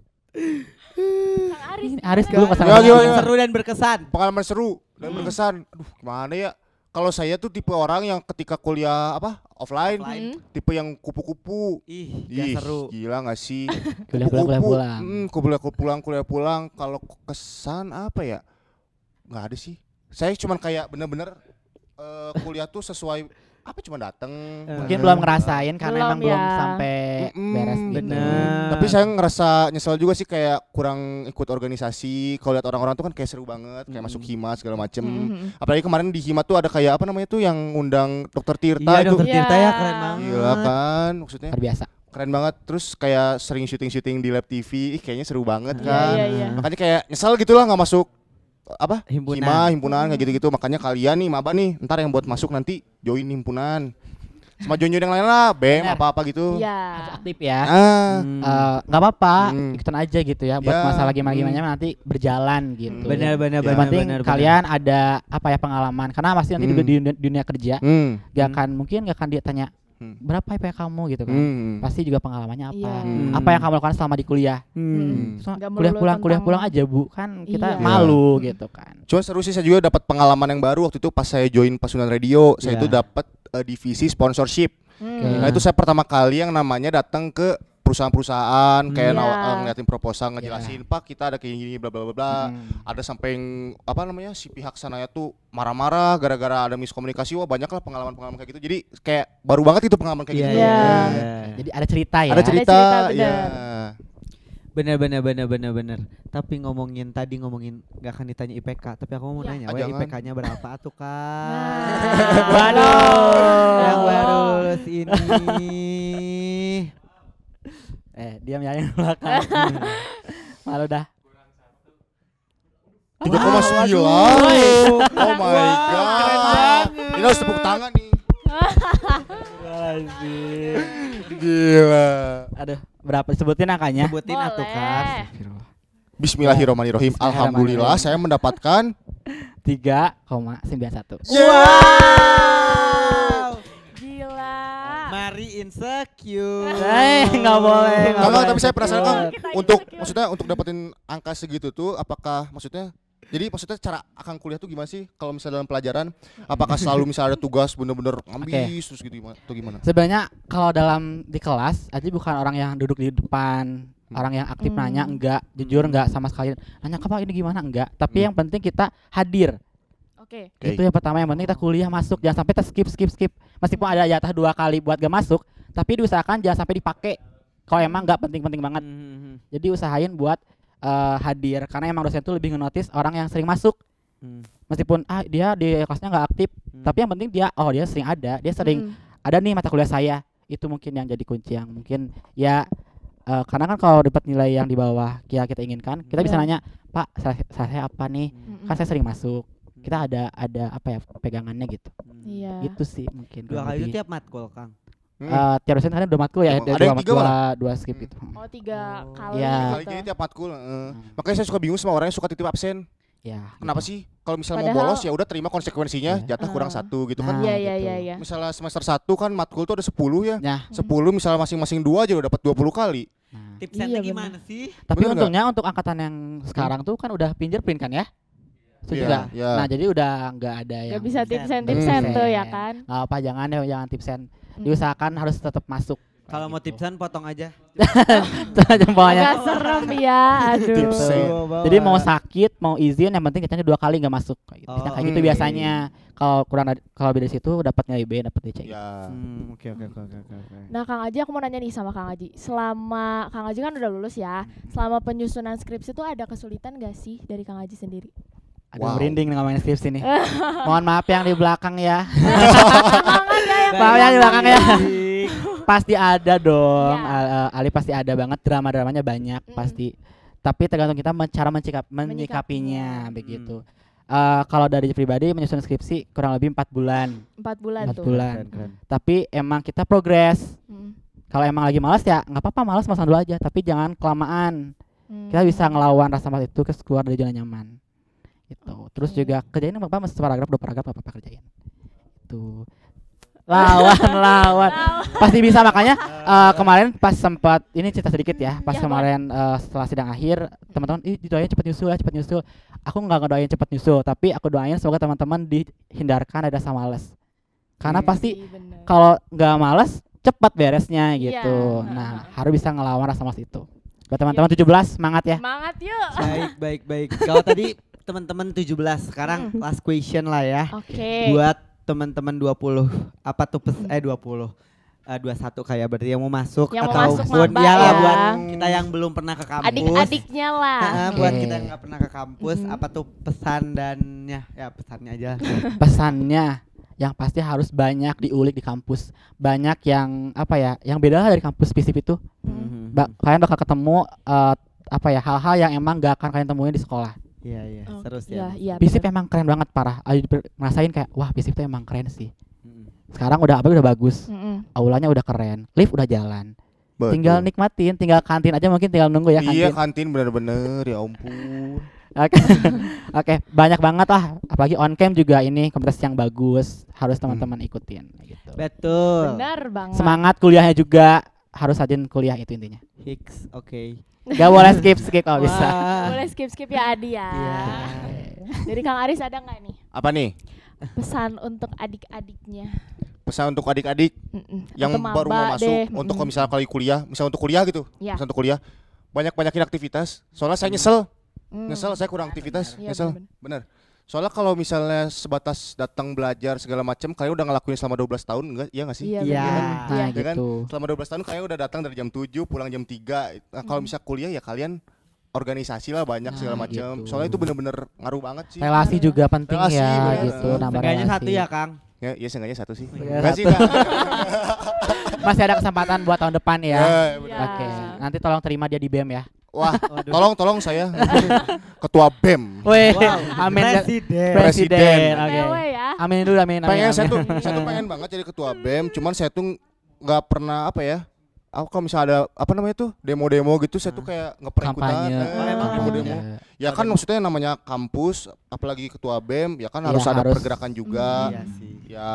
[SPEAKER 3] Kang Aris.
[SPEAKER 4] Ini Aris
[SPEAKER 3] gimana?
[SPEAKER 4] dulu
[SPEAKER 1] Ya,
[SPEAKER 4] kesana.
[SPEAKER 1] gimana?
[SPEAKER 2] Seru dan berkesan.
[SPEAKER 1] Pengalaman seru dan berkesan. Aduh, gimana ya? Kalau saya tuh tipe orang yang ketika kuliah apa? Offline,
[SPEAKER 2] Offline.
[SPEAKER 1] tipe yang kupu-kupu.
[SPEAKER 2] Ih,
[SPEAKER 1] Ih,
[SPEAKER 2] gak seru.
[SPEAKER 1] gila gak sih?
[SPEAKER 4] Kuliah pulang, kuliah pulang.
[SPEAKER 1] Hmm, kuliah pulang, kuliah pulang. Kalau kesan apa ya? Nggak ada sih. Saya cuman kayak bener-bener eh, kuliah tuh sesuai apa cuma dateng.
[SPEAKER 4] Mungkin
[SPEAKER 2] Eh,
[SPEAKER 4] belum ngerasain karena
[SPEAKER 3] Belum
[SPEAKER 4] emang belum
[SPEAKER 3] ya.
[SPEAKER 4] sampai
[SPEAKER 1] Mm-mm,
[SPEAKER 4] beres gitu.
[SPEAKER 2] bener.
[SPEAKER 1] Tapi saya ngerasa nyesel juga sih kayak kurang ikut organisasi. Kalau lihat orang-orang tuh kan kayak seru banget, kayak
[SPEAKER 2] Mm.
[SPEAKER 1] masuk hima segala macem.
[SPEAKER 3] Mhm.
[SPEAKER 1] Apalagi kemarin di hima tuh ada kayak apa namanya tuh yang undang dokter Tirta
[SPEAKER 2] Iya,
[SPEAKER 1] itu.
[SPEAKER 2] dokter Tirta ya
[SPEAKER 3] Iya.
[SPEAKER 2] keren banget.
[SPEAKER 1] Gila kan, maksudnya
[SPEAKER 4] Luar biasa.
[SPEAKER 1] keren banget. Terus kayak sering syuting-syuting di Lab T V, ih kayaknya seru banget
[SPEAKER 3] Iya,
[SPEAKER 1] kan.
[SPEAKER 3] iya, iya.
[SPEAKER 1] Makanya kayak nyesel gitu lah nggak masuk apa
[SPEAKER 2] Himpunan.
[SPEAKER 1] hima, himpunan kayak gitu-gitu. Makanya kalian nih maba nih, ntar yang buat masuk nanti join himpunan. Sama join join yang lain lah, B E M
[SPEAKER 4] Bener.
[SPEAKER 1] apa-apa gitu.
[SPEAKER 4] Harus
[SPEAKER 3] Iya.
[SPEAKER 4] aktif ya.
[SPEAKER 1] Ah,
[SPEAKER 2] Hmm.
[SPEAKER 4] Eh, nggak apa-apa,
[SPEAKER 1] Hmm.
[SPEAKER 4] ikutan aja gitu ya. Buat
[SPEAKER 1] Ya,
[SPEAKER 4] masalah gimana
[SPEAKER 1] hmm.
[SPEAKER 4] gimana nanti berjalan gitu.
[SPEAKER 2] Benar benar
[SPEAKER 1] Ya.
[SPEAKER 4] Yang
[SPEAKER 2] benar
[SPEAKER 4] penting
[SPEAKER 2] benar.
[SPEAKER 4] kalian ada apa ya pengalaman. Karena pasti nanti juga
[SPEAKER 1] Hmm.
[SPEAKER 4] di dunia, dunia kerja
[SPEAKER 1] hmm,
[SPEAKER 4] gak
[SPEAKER 2] Hmm.
[SPEAKER 4] akan mungkin gak akan dia tanya
[SPEAKER 1] Hmm.
[SPEAKER 4] berapa I P kamu gitu kan.
[SPEAKER 1] hmm.
[SPEAKER 4] Pasti juga pengalamannya apa.
[SPEAKER 3] Iya.
[SPEAKER 1] Hmm.
[SPEAKER 4] Apa yang kamu lakukan selama di kuliah.
[SPEAKER 2] Hmm.
[SPEAKER 4] So,
[SPEAKER 3] Nggak
[SPEAKER 4] kuliah
[SPEAKER 3] melulu
[SPEAKER 4] pulang kuliah
[SPEAKER 3] tentang-
[SPEAKER 4] pulang aja Bu. Kan kita
[SPEAKER 3] Iya.
[SPEAKER 4] malu gitu kan.
[SPEAKER 1] Cuma seru sih, saya juga dapat pengalaman yang baru waktu itu pas saya join Pasundan Radio. Saya
[SPEAKER 2] Ya.
[SPEAKER 1] itu dapat eh, divisi sponsorship.
[SPEAKER 3] Hmm.
[SPEAKER 1] Nah itu saya pertama kali yang namanya datang ke perusahaan-perusahaan kayak
[SPEAKER 3] Iya.
[SPEAKER 1] nawa- eh, ngeliatin proposal ngejelasin Pak kita ada kayak gini bla bla bla bla.
[SPEAKER 4] Hmm.
[SPEAKER 1] Ada sampai yang, apa namanya si pihak sananya tuh marah-marah gara-gara ada miskomunikasi. Wah banyak lah pengalaman-pengalaman kayak gitu. Jadi kayak baru banget itu pengalaman kayak
[SPEAKER 2] Iya
[SPEAKER 1] gitu.
[SPEAKER 2] iya.
[SPEAKER 3] Iya.
[SPEAKER 2] iya.
[SPEAKER 4] Jadi ada cerita ya.
[SPEAKER 1] Ada cerita,
[SPEAKER 3] cerita,
[SPEAKER 1] ya.
[SPEAKER 3] benar.
[SPEAKER 2] Bener bener bener bener bener. Tapi ngomongin tadi ngomongin nggak akan ditanya I P K, tapi aku mau
[SPEAKER 3] Ya.
[SPEAKER 2] nanya,
[SPEAKER 1] Ah,
[SPEAKER 2] weh,
[SPEAKER 1] jangan.
[SPEAKER 2] I P K-nya berapa tuh Kak?
[SPEAKER 3] Nah.
[SPEAKER 2] Waduh, yang
[SPEAKER 3] Oh.
[SPEAKER 2] baru lulus ini.
[SPEAKER 4] Eh, diam ya yang belakang. Malu dah.
[SPEAKER 1] tiga koma sembilan. Oh my god. Ini harus tepuk tangan nih. Gila.
[SPEAKER 4] Aduh, berapa sebutin angkanya?
[SPEAKER 2] Sebutin atuh Kak.
[SPEAKER 3] Boleh.
[SPEAKER 1] Bismillahirrahmanirrahim. Alhamdulillah saya mendapatkan
[SPEAKER 4] tiga koma sembilan satu.
[SPEAKER 2] Wow.
[SPEAKER 3] Gila.
[SPEAKER 2] Mari insecure.
[SPEAKER 4] Eh, nggak boleh. nggak
[SPEAKER 1] Enggak,
[SPEAKER 4] boleh
[SPEAKER 1] tapi saya penasaran Kang,
[SPEAKER 3] Kita
[SPEAKER 1] untuk
[SPEAKER 3] insecure.
[SPEAKER 1] maksudnya untuk dapetin angka segitu tuh apakah maksudnya jadi maksudnya cara akan kuliah tuh gimana sih kalau misalnya dalam pelajaran apakah selalu misalnya ada tugas bener-bener ambis terus gitu gimana atau gimana?
[SPEAKER 4] Sebenarnya kalau dalam di kelas, Aji bukan orang yang duduk di depan, orang yang aktif
[SPEAKER 3] Hmm.
[SPEAKER 4] nanya enggak, jujur enggak sama sekali. Nanya apa ini gimana enggak, tapi
[SPEAKER 1] Hmm.
[SPEAKER 4] yang penting kita hadir.
[SPEAKER 3] Oke.
[SPEAKER 1] Oke.
[SPEAKER 4] Itu yang pertama, yang penting kita kuliah masuk, jangan sampai kita skip skip skip. Meskipun ada jatah dua kali buat gak masuk, tapi diusahakan jangan sampai dipakai. Kalau emang nggak penting-penting banget.
[SPEAKER 2] Hmm.
[SPEAKER 4] Jadi usahain buat eh, hadir karena emang dosen tuh lebih ngenotis orang yang sering masuk.
[SPEAKER 2] Hmm.
[SPEAKER 4] Meskipun ah dia di kelasnya nggak aktif,
[SPEAKER 2] Hmm.
[SPEAKER 4] tapi yang penting dia oh dia sering ada, dia sering
[SPEAKER 3] Mm-mm.
[SPEAKER 4] ada nih mata kuliah saya. Itu mungkin yang jadi kunci yang mungkin ya eh, karena kan kalau dapat nilai yang di bawah yang kita inginkan, kita bisa
[SPEAKER 3] Iya.
[SPEAKER 4] nanya, "Pak, saya, saya apa nih?
[SPEAKER 3] Mm-mm.
[SPEAKER 4] Kan saya sering masuk." Kita ada ada apa ya pegangannya gitu.
[SPEAKER 3] Iya.
[SPEAKER 4] Gitu sih mungkin.
[SPEAKER 2] Dua
[SPEAKER 4] kurang
[SPEAKER 2] kali itu
[SPEAKER 4] lebih.
[SPEAKER 2] tiap matkul Kang.
[SPEAKER 1] Hmm.
[SPEAKER 4] Eh, tiap dosen kan ada dua matkul ya,
[SPEAKER 1] Ada
[SPEAKER 4] dua
[SPEAKER 1] yang
[SPEAKER 4] mat-
[SPEAKER 1] tiga
[SPEAKER 4] dua,
[SPEAKER 1] malah.
[SPEAKER 4] dua skip gitu.
[SPEAKER 3] Oh tiga
[SPEAKER 2] Oh.
[SPEAKER 3] kali
[SPEAKER 4] Iya.
[SPEAKER 1] Kali
[SPEAKER 3] gitu.
[SPEAKER 1] gini tiap matkul. eh.
[SPEAKER 4] Hmm.
[SPEAKER 1] Makanya saya suka bingung sama orang yang suka titip absen.
[SPEAKER 4] Ya.
[SPEAKER 1] Kenapa sih? Kalau misalnya mau
[SPEAKER 3] Padahal-
[SPEAKER 1] bolos ya udah terima konsekuensinya,
[SPEAKER 4] Iya.
[SPEAKER 1] jatah kurang
[SPEAKER 3] Ah.
[SPEAKER 1] satu gitu kan.
[SPEAKER 4] Nah,
[SPEAKER 3] Iya iya
[SPEAKER 4] gitu.
[SPEAKER 3] iya iya.
[SPEAKER 1] Misalnya semester satu kan matkul tuh ada sepuluh ya.
[SPEAKER 4] Nah,
[SPEAKER 1] sepuluh misalnya masing-masing dua aja udah dapat dua puluh kali.
[SPEAKER 4] nah.
[SPEAKER 2] Tipsnya
[SPEAKER 3] Iya,
[SPEAKER 2] gimana sih?
[SPEAKER 4] Tapi
[SPEAKER 1] Bener nggak?
[SPEAKER 4] untungnya untuk angkatan yang sekarang tuh kan udah fingerprint kan ya? Setuju
[SPEAKER 1] Iya,
[SPEAKER 4] nggak?
[SPEAKER 1] iya.
[SPEAKER 4] Nah jadi udah nggak ada yang
[SPEAKER 3] Gak bisa
[SPEAKER 2] tipsen.
[SPEAKER 3] tipsen-tipsen
[SPEAKER 1] Hmm.
[SPEAKER 3] tuh ya kan.
[SPEAKER 4] nggak apa jangan deh jangan tipsen.
[SPEAKER 3] Hmm.
[SPEAKER 4] Diusahakan harus tetap masuk.
[SPEAKER 2] Kalau mau
[SPEAKER 4] Gitu.
[SPEAKER 2] tipsan potong aja.
[SPEAKER 4] Jempolnya.
[SPEAKER 3] Agak serem ya, aduh.
[SPEAKER 1] Tipsen.
[SPEAKER 4] Jadi mau sakit mau izin yang penting kitanya dua kali nggak masuk. Kayak gitu. Bisa
[SPEAKER 2] Oh.
[SPEAKER 4] kayak gitu
[SPEAKER 1] Hmm.
[SPEAKER 4] biasanya. Kalau kurang dari- kalau dari situ dapat nilai B, dapat D C.
[SPEAKER 1] Ya.
[SPEAKER 2] Hmm, oke oke oke oke oke.
[SPEAKER 3] Nah Kang Aji aku mau nanya nih sama Kang Aji. Selama Kang Aji kan udah lulus ya. Selama penyusunan skripsi tuh ada kesulitan gak sih dari Kang Aji sendiri?
[SPEAKER 4] Aduh
[SPEAKER 1] Wow.
[SPEAKER 4] merinding ngomongin skripsi nih. Mohon maaf yang di belakang ya.
[SPEAKER 2] Baik,
[SPEAKER 4] Maaf yang di belakang ya.
[SPEAKER 2] baik.
[SPEAKER 4] Pasti ada dong.
[SPEAKER 3] Ya.
[SPEAKER 4] Al- eh, Ali pasti ada banget drama-dramanya banyak
[SPEAKER 3] Mm-mm.
[SPEAKER 4] pasti. Tapi tergantung kita men- cara mencikap,
[SPEAKER 3] Menyikapinya.
[SPEAKER 4] menyikapinya begitu. Eh, kalau dari pribadi menyusun skripsi kurang lebih empat bulan.
[SPEAKER 3] Empat bulan
[SPEAKER 4] Empat
[SPEAKER 3] tuh.
[SPEAKER 4] bulan.
[SPEAKER 2] Keren, keren.
[SPEAKER 4] Tapi emang kita progres.
[SPEAKER 3] Mm.
[SPEAKER 4] Kalau emang lagi malas ya nggak apa-apa malas malas dulu aja. Tapi jangan kelamaan.
[SPEAKER 3] Mm.
[SPEAKER 4] Kita bisa ngelawan rasa malas itu ke keluar dari zona nyaman. Gitu. Terus
[SPEAKER 3] Oke.
[SPEAKER 4] juga kerjain apa apa paragraf dua paragraf apa apa kerjain. Itu lawan lawan pasti bisa makanya eh, kemarin pas sempat ini cerita sedikit ya pas
[SPEAKER 3] Ya,
[SPEAKER 4] kemarin eh, setelah sidang akhir teman-teman ih doain cepet nyusul ya cepet nyusul aku nggak ngedoain cepet nyusul tapi aku doain semoga teman-teman dihindarkan ada rasa males karena
[SPEAKER 2] Hmm.
[SPEAKER 4] pasti
[SPEAKER 3] Iya, bener.
[SPEAKER 4] kalau nggak males cepat beresnya
[SPEAKER 3] Iya,
[SPEAKER 4] gitu
[SPEAKER 3] heeh.
[SPEAKER 4] nah harus bisa ngelawan rasa males itu buat teman-teman tujuh belas semangat ya
[SPEAKER 3] Semangat yuk.
[SPEAKER 2] Baik baik baik. Kalau tadi teman-teman tujuh belas, sekarang
[SPEAKER 3] Hmm.
[SPEAKER 2] last question lah ya.
[SPEAKER 3] Oke.
[SPEAKER 2] Buat teman-teman dua puluh, apa tuh pes eh dua puluh. Eh, dua puluh satu kayak berarti yang mau masuk
[SPEAKER 3] Yang mau
[SPEAKER 2] atau
[SPEAKER 3] masuk
[SPEAKER 2] buat
[SPEAKER 3] maba
[SPEAKER 2] ya lah
[SPEAKER 3] ya.
[SPEAKER 2] buat kita yang belum pernah ke kampus.
[SPEAKER 3] Adik-adiknya lah.
[SPEAKER 2] Heeh, buat
[SPEAKER 4] Oke.
[SPEAKER 2] kita yang nggak pernah ke kampus,
[SPEAKER 3] Mhm.
[SPEAKER 2] apa tuh pesan dannya? Ya pesannya aja.
[SPEAKER 4] pesannya yang pasti harus banyak diulik di kampus banyak yang apa ya yang beda lah dari kampus FISIP itu
[SPEAKER 3] Hmm.
[SPEAKER 4] ba- kalian bakal ketemu eh, apa ya hal-hal yang emang gak akan kalian temuin di sekolah.
[SPEAKER 2] Iya iya,
[SPEAKER 3] Oh,
[SPEAKER 2] seru sih.
[SPEAKER 3] Iya,
[SPEAKER 2] emang.
[SPEAKER 3] iya.
[SPEAKER 4] FISIP
[SPEAKER 3] bener.
[SPEAKER 4] emang keren banget parah. Ayo diper- ngerasain kayak wah FISIP tuh emang keren sih.
[SPEAKER 2] Mm-mm.
[SPEAKER 4] Sekarang udah apa udah bagus.
[SPEAKER 3] Mm-mm.
[SPEAKER 4] Aulanya udah keren, lift udah jalan.
[SPEAKER 1] Betul.
[SPEAKER 4] Tinggal nikmatin, tinggal kantin aja mungkin tinggal nunggu ya
[SPEAKER 1] Iya
[SPEAKER 4] kantin.
[SPEAKER 1] kantin bener-bener ya ampun.
[SPEAKER 4] Oke. Oke, banyak banget lah. Apalagi on cam juga ini kompetisi yang bagus, harus teman-teman ikutin gitu.
[SPEAKER 2] Betul.
[SPEAKER 3] Bener banget.
[SPEAKER 4] Semangat kuliahnya juga harus rajin kuliah itu intinya.
[SPEAKER 2] Hicks, oke.
[SPEAKER 4] Gak boleh skip skip kalau bisa.
[SPEAKER 2] Wah.
[SPEAKER 3] Boleh skip-skip ya Adi ya.
[SPEAKER 2] Iya.
[SPEAKER 3] Dari Kang Aris ada nggak nih
[SPEAKER 1] Apa nih?
[SPEAKER 3] pesan untuk adik-adiknya?
[SPEAKER 1] Pesan untuk adik-adik
[SPEAKER 3] Mm-mm.
[SPEAKER 1] yang
[SPEAKER 3] Atau
[SPEAKER 1] baru mau
[SPEAKER 3] maba
[SPEAKER 1] masuk
[SPEAKER 3] deh.
[SPEAKER 1] untuk
[SPEAKER 3] Mm-mm.
[SPEAKER 1] kalau misalnya kali kuliah, misalnya untuk kuliah gitu.
[SPEAKER 3] Ya.
[SPEAKER 1] Misalnya untuk kuliah banyak-banyakin aktivitas. Soalnya saya nyesel,
[SPEAKER 3] Mm.
[SPEAKER 1] nyesel saya kurang aktivitas,
[SPEAKER 3] Iya,
[SPEAKER 1] nyesel.
[SPEAKER 3] bener-bener.
[SPEAKER 1] Bener. Soalnya kalau misalnya sebatas datang belajar segala macam, kalian udah ngelakuin selama dua belas tahun enggak? Iya enggak sih?
[SPEAKER 3] Iya.
[SPEAKER 2] Iya.
[SPEAKER 3] bener.
[SPEAKER 4] Nah,
[SPEAKER 3] Iya.
[SPEAKER 1] Ya kan?
[SPEAKER 4] gitu.
[SPEAKER 1] Selama dua belas tahun kalian udah datang dari jam tujuh, pulang jam tiga. Nah, kalau misalnya kuliah ya kalian organisasi lah banyak segala
[SPEAKER 4] Nah,
[SPEAKER 1] macam.
[SPEAKER 4] gitu.
[SPEAKER 1] Soalnya itu bener-bener ngaruh banget sih.
[SPEAKER 4] Relasi juga penting
[SPEAKER 1] Relasi,
[SPEAKER 4] ya
[SPEAKER 1] bener.
[SPEAKER 4] gitu, nambah
[SPEAKER 2] Seenggaknya
[SPEAKER 4] relasi.
[SPEAKER 2] satu ya Kang.
[SPEAKER 1] Ya, ya seenggaknya satu sih.
[SPEAKER 4] Seenggaknya
[SPEAKER 1] Enggak sih,
[SPEAKER 4] satu.
[SPEAKER 1] enggak.
[SPEAKER 4] Masih ada kesempatan buat tahun depan ya.
[SPEAKER 1] Ya, bener.
[SPEAKER 3] Ya.
[SPEAKER 4] Oke, nanti tolong terima dia di B E M ya.
[SPEAKER 1] Wah,
[SPEAKER 2] Waduh.
[SPEAKER 1] tolong tolong saya ketua B E M.
[SPEAKER 4] Wih,
[SPEAKER 2] Wow,
[SPEAKER 4] amin.
[SPEAKER 2] Presiden.
[SPEAKER 1] Presiden.
[SPEAKER 4] Oke.
[SPEAKER 3] T W ya.
[SPEAKER 4] Amin dulu, amin. amin,
[SPEAKER 1] Pengen
[SPEAKER 4] amin.
[SPEAKER 1] saya tuh saya tuh pengen banget jadi ketua B E M, cuman saya tuh nggak pernah apa ya? Aku kalau misalnya ada apa namanya tuh demo-demo gitu, saya tuh kayak nggak pernah ikutan.
[SPEAKER 4] Kampanye.
[SPEAKER 1] Eh,
[SPEAKER 2] Oh, emang
[SPEAKER 1] demo-demo. Ya kan maksudnya namanya kampus, apalagi ketua B E M, ya kan
[SPEAKER 4] Iya,
[SPEAKER 1] harus ada
[SPEAKER 4] harus.
[SPEAKER 1] pergerakan juga.
[SPEAKER 2] Iya sih.
[SPEAKER 1] Ya,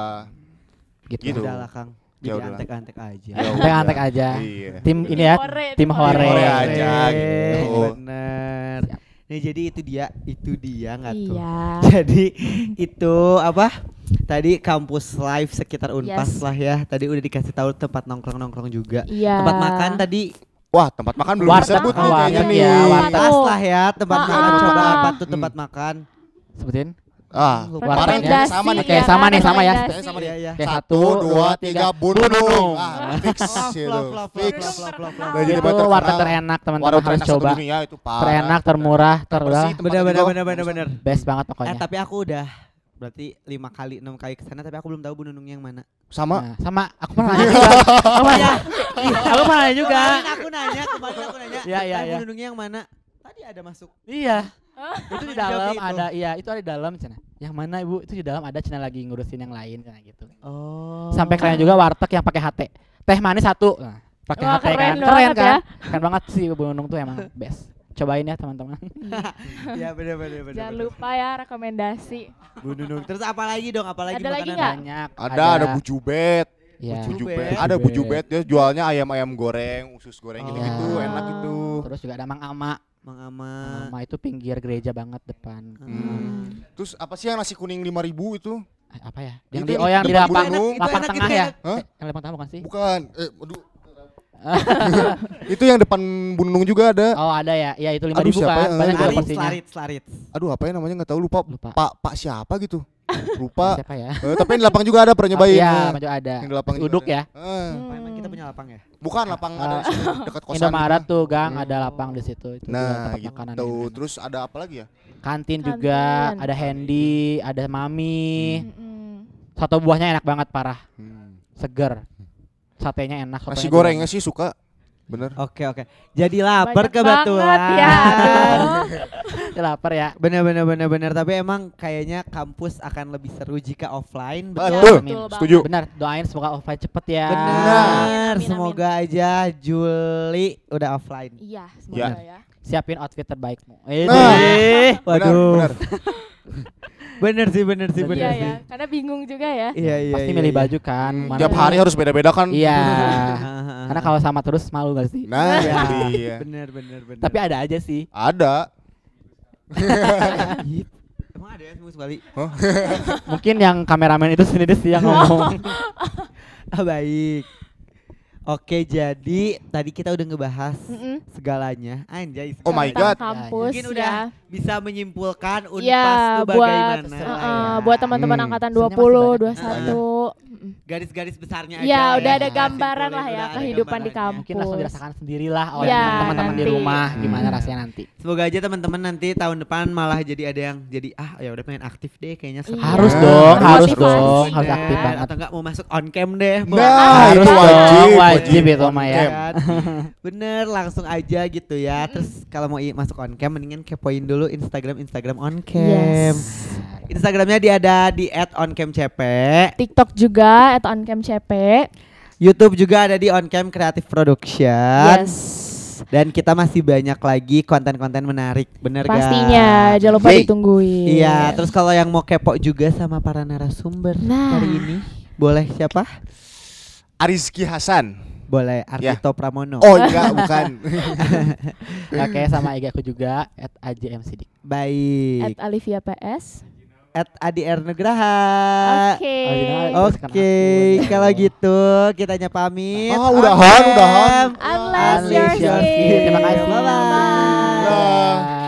[SPEAKER 4] Gitu.
[SPEAKER 1] Gitu.
[SPEAKER 2] Udah lah Kang.
[SPEAKER 1] Ya
[SPEAKER 2] Jadi
[SPEAKER 1] udahlah.
[SPEAKER 2] antek-antek aja.
[SPEAKER 1] ya
[SPEAKER 4] Antek
[SPEAKER 1] udah.
[SPEAKER 4] antek aja.
[SPEAKER 1] Iya.
[SPEAKER 4] Tim ini ya,
[SPEAKER 3] Hore,
[SPEAKER 4] tim hore.
[SPEAKER 1] Hore aja gitu.
[SPEAKER 2] Bener.
[SPEAKER 4] Siap.
[SPEAKER 2] Nih jadi itu dia, itu dia nggak tuh?
[SPEAKER 3] Iya.
[SPEAKER 2] Jadi itu apa? Tadi kampus live sekitar Unpas
[SPEAKER 3] Yes.
[SPEAKER 2] lah ya. Tadi udah dikasih tahu tempat nongkrong-nongkrong juga.
[SPEAKER 3] Iya.
[SPEAKER 2] Tempat makan tadi
[SPEAKER 1] Wah, tempat makan belum
[SPEAKER 4] Warteg,
[SPEAKER 1] disebut nih
[SPEAKER 4] warteg
[SPEAKER 1] kayaknya
[SPEAKER 4] ya,
[SPEAKER 1] nih.
[SPEAKER 4] warteg.
[SPEAKER 2] pas lah ya tempat
[SPEAKER 3] Ah,
[SPEAKER 2] makan.
[SPEAKER 3] ah.
[SPEAKER 2] Coba apa tuh
[SPEAKER 1] Hmm.
[SPEAKER 2] tempat makan?
[SPEAKER 4] Sebutin.
[SPEAKER 1] Ah,
[SPEAKER 2] Lupa.
[SPEAKER 1] kemarin kayaknya sama nih.
[SPEAKER 4] Oke, sama nih, sama ya.
[SPEAKER 3] rekomendasi.
[SPEAKER 1] Sama nih.
[SPEAKER 2] Iya, iya.
[SPEAKER 4] Oke,
[SPEAKER 1] Satu, dua, tiga, Bunung. Ah, fix
[SPEAKER 2] Oh,
[SPEAKER 1] itu.
[SPEAKER 2] flop, flop, flop,
[SPEAKER 1] Fix.
[SPEAKER 2] flop, flop, flop, flop.
[SPEAKER 1] Udah jadi
[SPEAKER 4] Itu
[SPEAKER 1] terkenal.
[SPEAKER 4] warteg terenak teman-teman
[SPEAKER 1] Warung
[SPEAKER 4] harus
[SPEAKER 1] terenak satu
[SPEAKER 4] coba.
[SPEAKER 1] dunia itu parah.
[SPEAKER 4] Terenak, termurah, terudah.
[SPEAKER 1] Bersih, tempatnya
[SPEAKER 2] Bener bener
[SPEAKER 1] juga
[SPEAKER 2] bener bener
[SPEAKER 1] bagus.
[SPEAKER 2] bener.
[SPEAKER 4] Best banget
[SPEAKER 2] Eh
[SPEAKER 4] pokoknya.
[SPEAKER 2] tapi aku udah berarti lima kali enam kali kesana tapi aku belum tahu Bu Nunung yang mana.
[SPEAKER 1] Sama.
[SPEAKER 4] Nah, sama aku pernah nanya juga. Aku pernah nanya. Aku pernah nanya juga.
[SPEAKER 2] Kemarin aku nanya, kemarin aku nanya.
[SPEAKER 4] Iya, iya,
[SPEAKER 2] "Eh,
[SPEAKER 4] iya.
[SPEAKER 2] Bu Nunungnya yang mana? Tadi ada masuk.
[SPEAKER 4] Iya. Itu di dalam
[SPEAKER 2] Joki itu.
[SPEAKER 4] ada, iya itu ada di dalam cina. Yang mana ibu? Itu di dalam ada cina lagi ngurusin yang lain cina gitu.
[SPEAKER 2] Oh.
[SPEAKER 4] Sampai kalian juga warteg yang pakai H T. Teh manis satu. Nah, pakai
[SPEAKER 3] Wah,
[SPEAKER 4] H T kan.
[SPEAKER 3] keren
[SPEAKER 4] Keren
[SPEAKER 3] banget
[SPEAKER 4] kan?
[SPEAKER 3] ya.
[SPEAKER 4] Keren banget sih Bu Nunung tuh emang best. Cobain ya teman-teman.
[SPEAKER 2] Iya bener bener bener.
[SPEAKER 3] Jangan
[SPEAKER 2] bener.
[SPEAKER 3] lupa ya rekomendasi.
[SPEAKER 2] Bu Nunung. Terus apa lagi dong? Apa lagi
[SPEAKER 3] Ada lagi
[SPEAKER 2] makanan?
[SPEAKER 3] nggak?
[SPEAKER 4] Banyak.
[SPEAKER 1] Ada ada bujubet.
[SPEAKER 4] Ya.
[SPEAKER 2] Buju
[SPEAKER 1] Bujubet.
[SPEAKER 2] Bet.
[SPEAKER 1] Ada bujubet dia jualnya ayam-ayam goreng, usus goreng
[SPEAKER 2] Oh.
[SPEAKER 1] gitu-gitu,
[SPEAKER 4] Iya.
[SPEAKER 1] enak gitu.
[SPEAKER 4] Terus juga ada Mang Ama.
[SPEAKER 2] Mang
[SPEAKER 4] Mang
[SPEAKER 2] Ama.
[SPEAKER 4] Ama itu pinggir gereja banget depan.
[SPEAKER 1] Hmm. Terus apa sih yang nasi kuning lima ribu itu?
[SPEAKER 4] Eh, apa ya?
[SPEAKER 1] Itu
[SPEAKER 4] Yang di
[SPEAKER 1] yang
[SPEAKER 4] oh yang di
[SPEAKER 1] depan
[SPEAKER 4] lapang
[SPEAKER 1] gunung.
[SPEAKER 2] Itu
[SPEAKER 4] lapang
[SPEAKER 2] enak,
[SPEAKER 4] tengah
[SPEAKER 2] itu
[SPEAKER 4] ya?
[SPEAKER 2] enak.
[SPEAKER 1] Hah?
[SPEAKER 4] Eh, yang lapang tengah bukan sih?
[SPEAKER 1] Bukan. Eh, aduh. Itu yang depan Bunung juga ada.
[SPEAKER 4] Oh ada ya, ya itu lima
[SPEAKER 1] Aduh,
[SPEAKER 4] ribu
[SPEAKER 1] siapa
[SPEAKER 4] kan,
[SPEAKER 1] ya?
[SPEAKER 4] banyak juga
[SPEAKER 2] Larit,
[SPEAKER 4] porsinya.
[SPEAKER 2] larit, larit.
[SPEAKER 1] Aduh, apa ya namanya nggak tahu lupa.
[SPEAKER 4] Lupa.
[SPEAKER 1] Pak Pak siapa gitu. Lupa.
[SPEAKER 4] Siapa ya?
[SPEAKER 1] Eh, tapi yang di lapang juga ada pernah nyobain.
[SPEAKER 4] Iya,
[SPEAKER 1] Eh,
[SPEAKER 4] maju ada.
[SPEAKER 1] Yang di lapang juga
[SPEAKER 4] Uduk
[SPEAKER 1] ada.
[SPEAKER 4] ya.
[SPEAKER 1] Eh,
[SPEAKER 2] Oh, emang kita punya lapang ya?
[SPEAKER 1] bukan lapang ada di sini dekat kosan.
[SPEAKER 4] Indomaret
[SPEAKER 1] gitu.
[SPEAKER 4] tuh, Gang, ada lapang di situ. Itu juga
[SPEAKER 1] Nah,
[SPEAKER 4] tempat makanan
[SPEAKER 1] gitu.
[SPEAKER 4] yang enak.
[SPEAKER 1] Terus ada apa lagi ya?
[SPEAKER 4] Kantin juga,
[SPEAKER 3] Kantin.
[SPEAKER 4] ada Handy, ada Mami.
[SPEAKER 3] Mm-mm.
[SPEAKER 4] Soto buahnya enak banget parah,
[SPEAKER 1] Hmm.
[SPEAKER 4] seger. Satenya enak.
[SPEAKER 1] Nasi
[SPEAKER 4] sotonya
[SPEAKER 1] gorengnya
[SPEAKER 4] juga
[SPEAKER 1] sih suka. Bener.
[SPEAKER 2] Oke oke. Jadi lapar
[SPEAKER 3] Banyak
[SPEAKER 2] kebetulan.
[SPEAKER 3] banget ya. Aduh.
[SPEAKER 4] enak. Dia lapar ya.
[SPEAKER 2] Bener bener bener bener. Tapi emang kayaknya kampus akan lebih seru jika offline.
[SPEAKER 1] Betul.
[SPEAKER 3] Ya,
[SPEAKER 4] Amin.
[SPEAKER 3] banget.
[SPEAKER 1] Setuju.
[SPEAKER 4] Benar, doain semoga offline cepet ya.
[SPEAKER 2] Bener.
[SPEAKER 3] Amin, amin,
[SPEAKER 2] Semoga aja Juli udah offline.
[SPEAKER 3] Iya,
[SPEAKER 1] Ya.
[SPEAKER 3] semoga ya.
[SPEAKER 4] Siapin outfit terbaikmu. Eh,
[SPEAKER 1] Nah.
[SPEAKER 4] deh.
[SPEAKER 1] Bener,
[SPEAKER 2] Waduh.
[SPEAKER 1] bener.
[SPEAKER 2] Bener sih bener sih bener
[SPEAKER 3] Iya
[SPEAKER 2] sih.
[SPEAKER 3] ya, karena bingung juga ya.
[SPEAKER 2] Iya iya.
[SPEAKER 4] Pasti
[SPEAKER 2] iya,
[SPEAKER 4] milih
[SPEAKER 2] iya.
[SPEAKER 4] baju kan.
[SPEAKER 1] Hmm,
[SPEAKER 4] mana-
[SPEAKER 1] Tiap hari harus beda-beda kan?
[SPEAKER 4] Iya.
[SPEAKER 2] Hahaha.
[SPEAKER 4] Karena kalau sama terus malu gak sih?
[SPEAKER 1] Nah,
[SPEAKER 2] Iya.
[SPEAKER 1] itu dia.
[SPEAKER 2] Bener bener bener.
[SPEAKER 4] Tapi ada aja sih.
[SPEAKER 1] Ada.
[SPEAKER 2] Ih, emang ada ya semua sekali.
[SPEAKER 4] Mungkin yang kameramen itu sendiri sih yang ngomong.
[SPEAKER 2] Ah, baik. Oke, jadi tadi kita udah ngebahas
[SPEAKER 3] Mm-mm.
[SPEAKER 2] segalanya. Anjay.
[SPEAKER 1] Oh my
[SPEAKER 3] Tentang
[SPEAKER 1] God.
[SPEAKER 3] kampus
[SPEAKER 2] Mungkin udah
[SPEAKER 3] ya.
[SPEAKER 2] bisa menyimpulkan Unpas
[SPEAKER 3] Iya,
[SPEAKER 2] tuh
[SPEAKER 3] buat
[SPEAKER 2] bagaimana.
[SPEAKER 3] uh,
[SPEAKER 2] lah
[SPEAKER 3] uh,
[SPEAKER 2] ya.
[SPEAKER 3] buat teman-teman
[SPEAKER 1] Hmm.
[SPEAKER 3] angkatan
[SPEAKER 4] Sebenarnya
[SPEAKER 3] dua puluh,
[SPEAKER 4] masih
[SPEAKER 3] dua
[SPEAKER 4] banyak.
[SPEAKER 3] puluh satu. Mm-mm.
[SPEAKER 2] Garis-garis besarnya aja.
[SPEAKER 3] Iya,
[SPEAKER 2] lah
[SPEAKER 3] udah
[SPEAKER 2] ya.
[SPEAKER 3] ada gambaran
[SPEAKER 2] Simpulin,
[SPEAKER 3] lah ya
[SPEAKER 2] udah ada
[SPEAKER 3] kehidupan di
[SPEAKER 2] gambarannya.
[SPEAKER 4] Mungkin langsung
[SPEAKER 3] kampus.
[SPEAKER 4] dirasakan sendirilah oleh
[SPEAKER 3] Iya,
[SPEAKER 4] teman-teman di
[SPEAKER 3] nanti.
[SPEAKER 4] rumah
[SPEAKER 1] Hmm.
[SPEAKER 4] gimana rasanya nanti.
[SPEAKER 2] Semoga aja teman-teman nanti tahun depan malah jadi ada yang jadi ah ya udah pengen aktif deh kayaknya seru.
[SPEAKER 3] Iya.
[SPEAKER 4] Harus
[SPEAKER 1] Nah,
[SPEAKER 4] dong, harus
[SPEAKER 3] motivasi.
[SPEAKER 4] dong, harus
[SPEAKER 2] Bener.
[SPEAKER 4] aktif banget.
[SPEAKER 2] Atau enggak mau masuk on cam deh. Bu.
[SPEAKER 1] Nah,
[SPEAKER 4] Harus
[SPEAKER 1] itu
[SPEAKER 4] dong,
[SPEAKER 1] wajib.
[SPEAKER 4] wajib itu mah ya.
[SPEAKER 2] Kan? Bener langsung aja gitu ya. Terus kalau mau i- masuk on cam mendingan kepoin dulu Instagram Instagram on cam.
[SPEAKER 3] Yes.
[SPEAKER 2] Instagramnya dia ada di at oncamcp.
[SPEAKER 3] TikTok juga at oncamcp.
[SPEAKER 2] YouTube juga ada di Oncam Creative Production.
[SPEAKER 3] Yes.
[SPEAKER 2] Dan kita masih banyak lagi konten-konten menarik, bener gak?
[SPEAKER 3] Pastinya, jangan lupa
[SPEAKER 1] Yeay.
[SPEAKER 3] ditungguin.
[SPEAKER 2] Iya, terus kalau yang mau kepo juga sama para narasumber
[SPEAKER 3] Nah.
[SPEAKER 2] hari ini, boleh siapa?
[SPEAKER 1] Arizki Hasan.
[SPEAKER 2] Boleh Ardhito Pramono.
[SPEAKER 1] Oh enggak, bukan.
[SPEAKER 4] Oke, sama I G aku juga at A J M Sidik.
[SPEAKER 2] Baik.
[SPEAKER 3] At Alivia P S.
[SPEAKER 2] At Adi R Nugraha.
[SPEAKER 3] Oke.
[SPEAKER 2] Oke, kalau gitu kitanya pamit.
[SPEAKER 1] Ah, udahan, udahan.
[SPEAKER 3] Unless you're
[SPEAKER 2] Unleash your
[SPEAKER 3] sick.
[SPEAKER 2] skill.
[SPEAKER 4] Terima kasih.
[SPEAKER 2] Bye-bye.
[SPEAKER 1] Dah.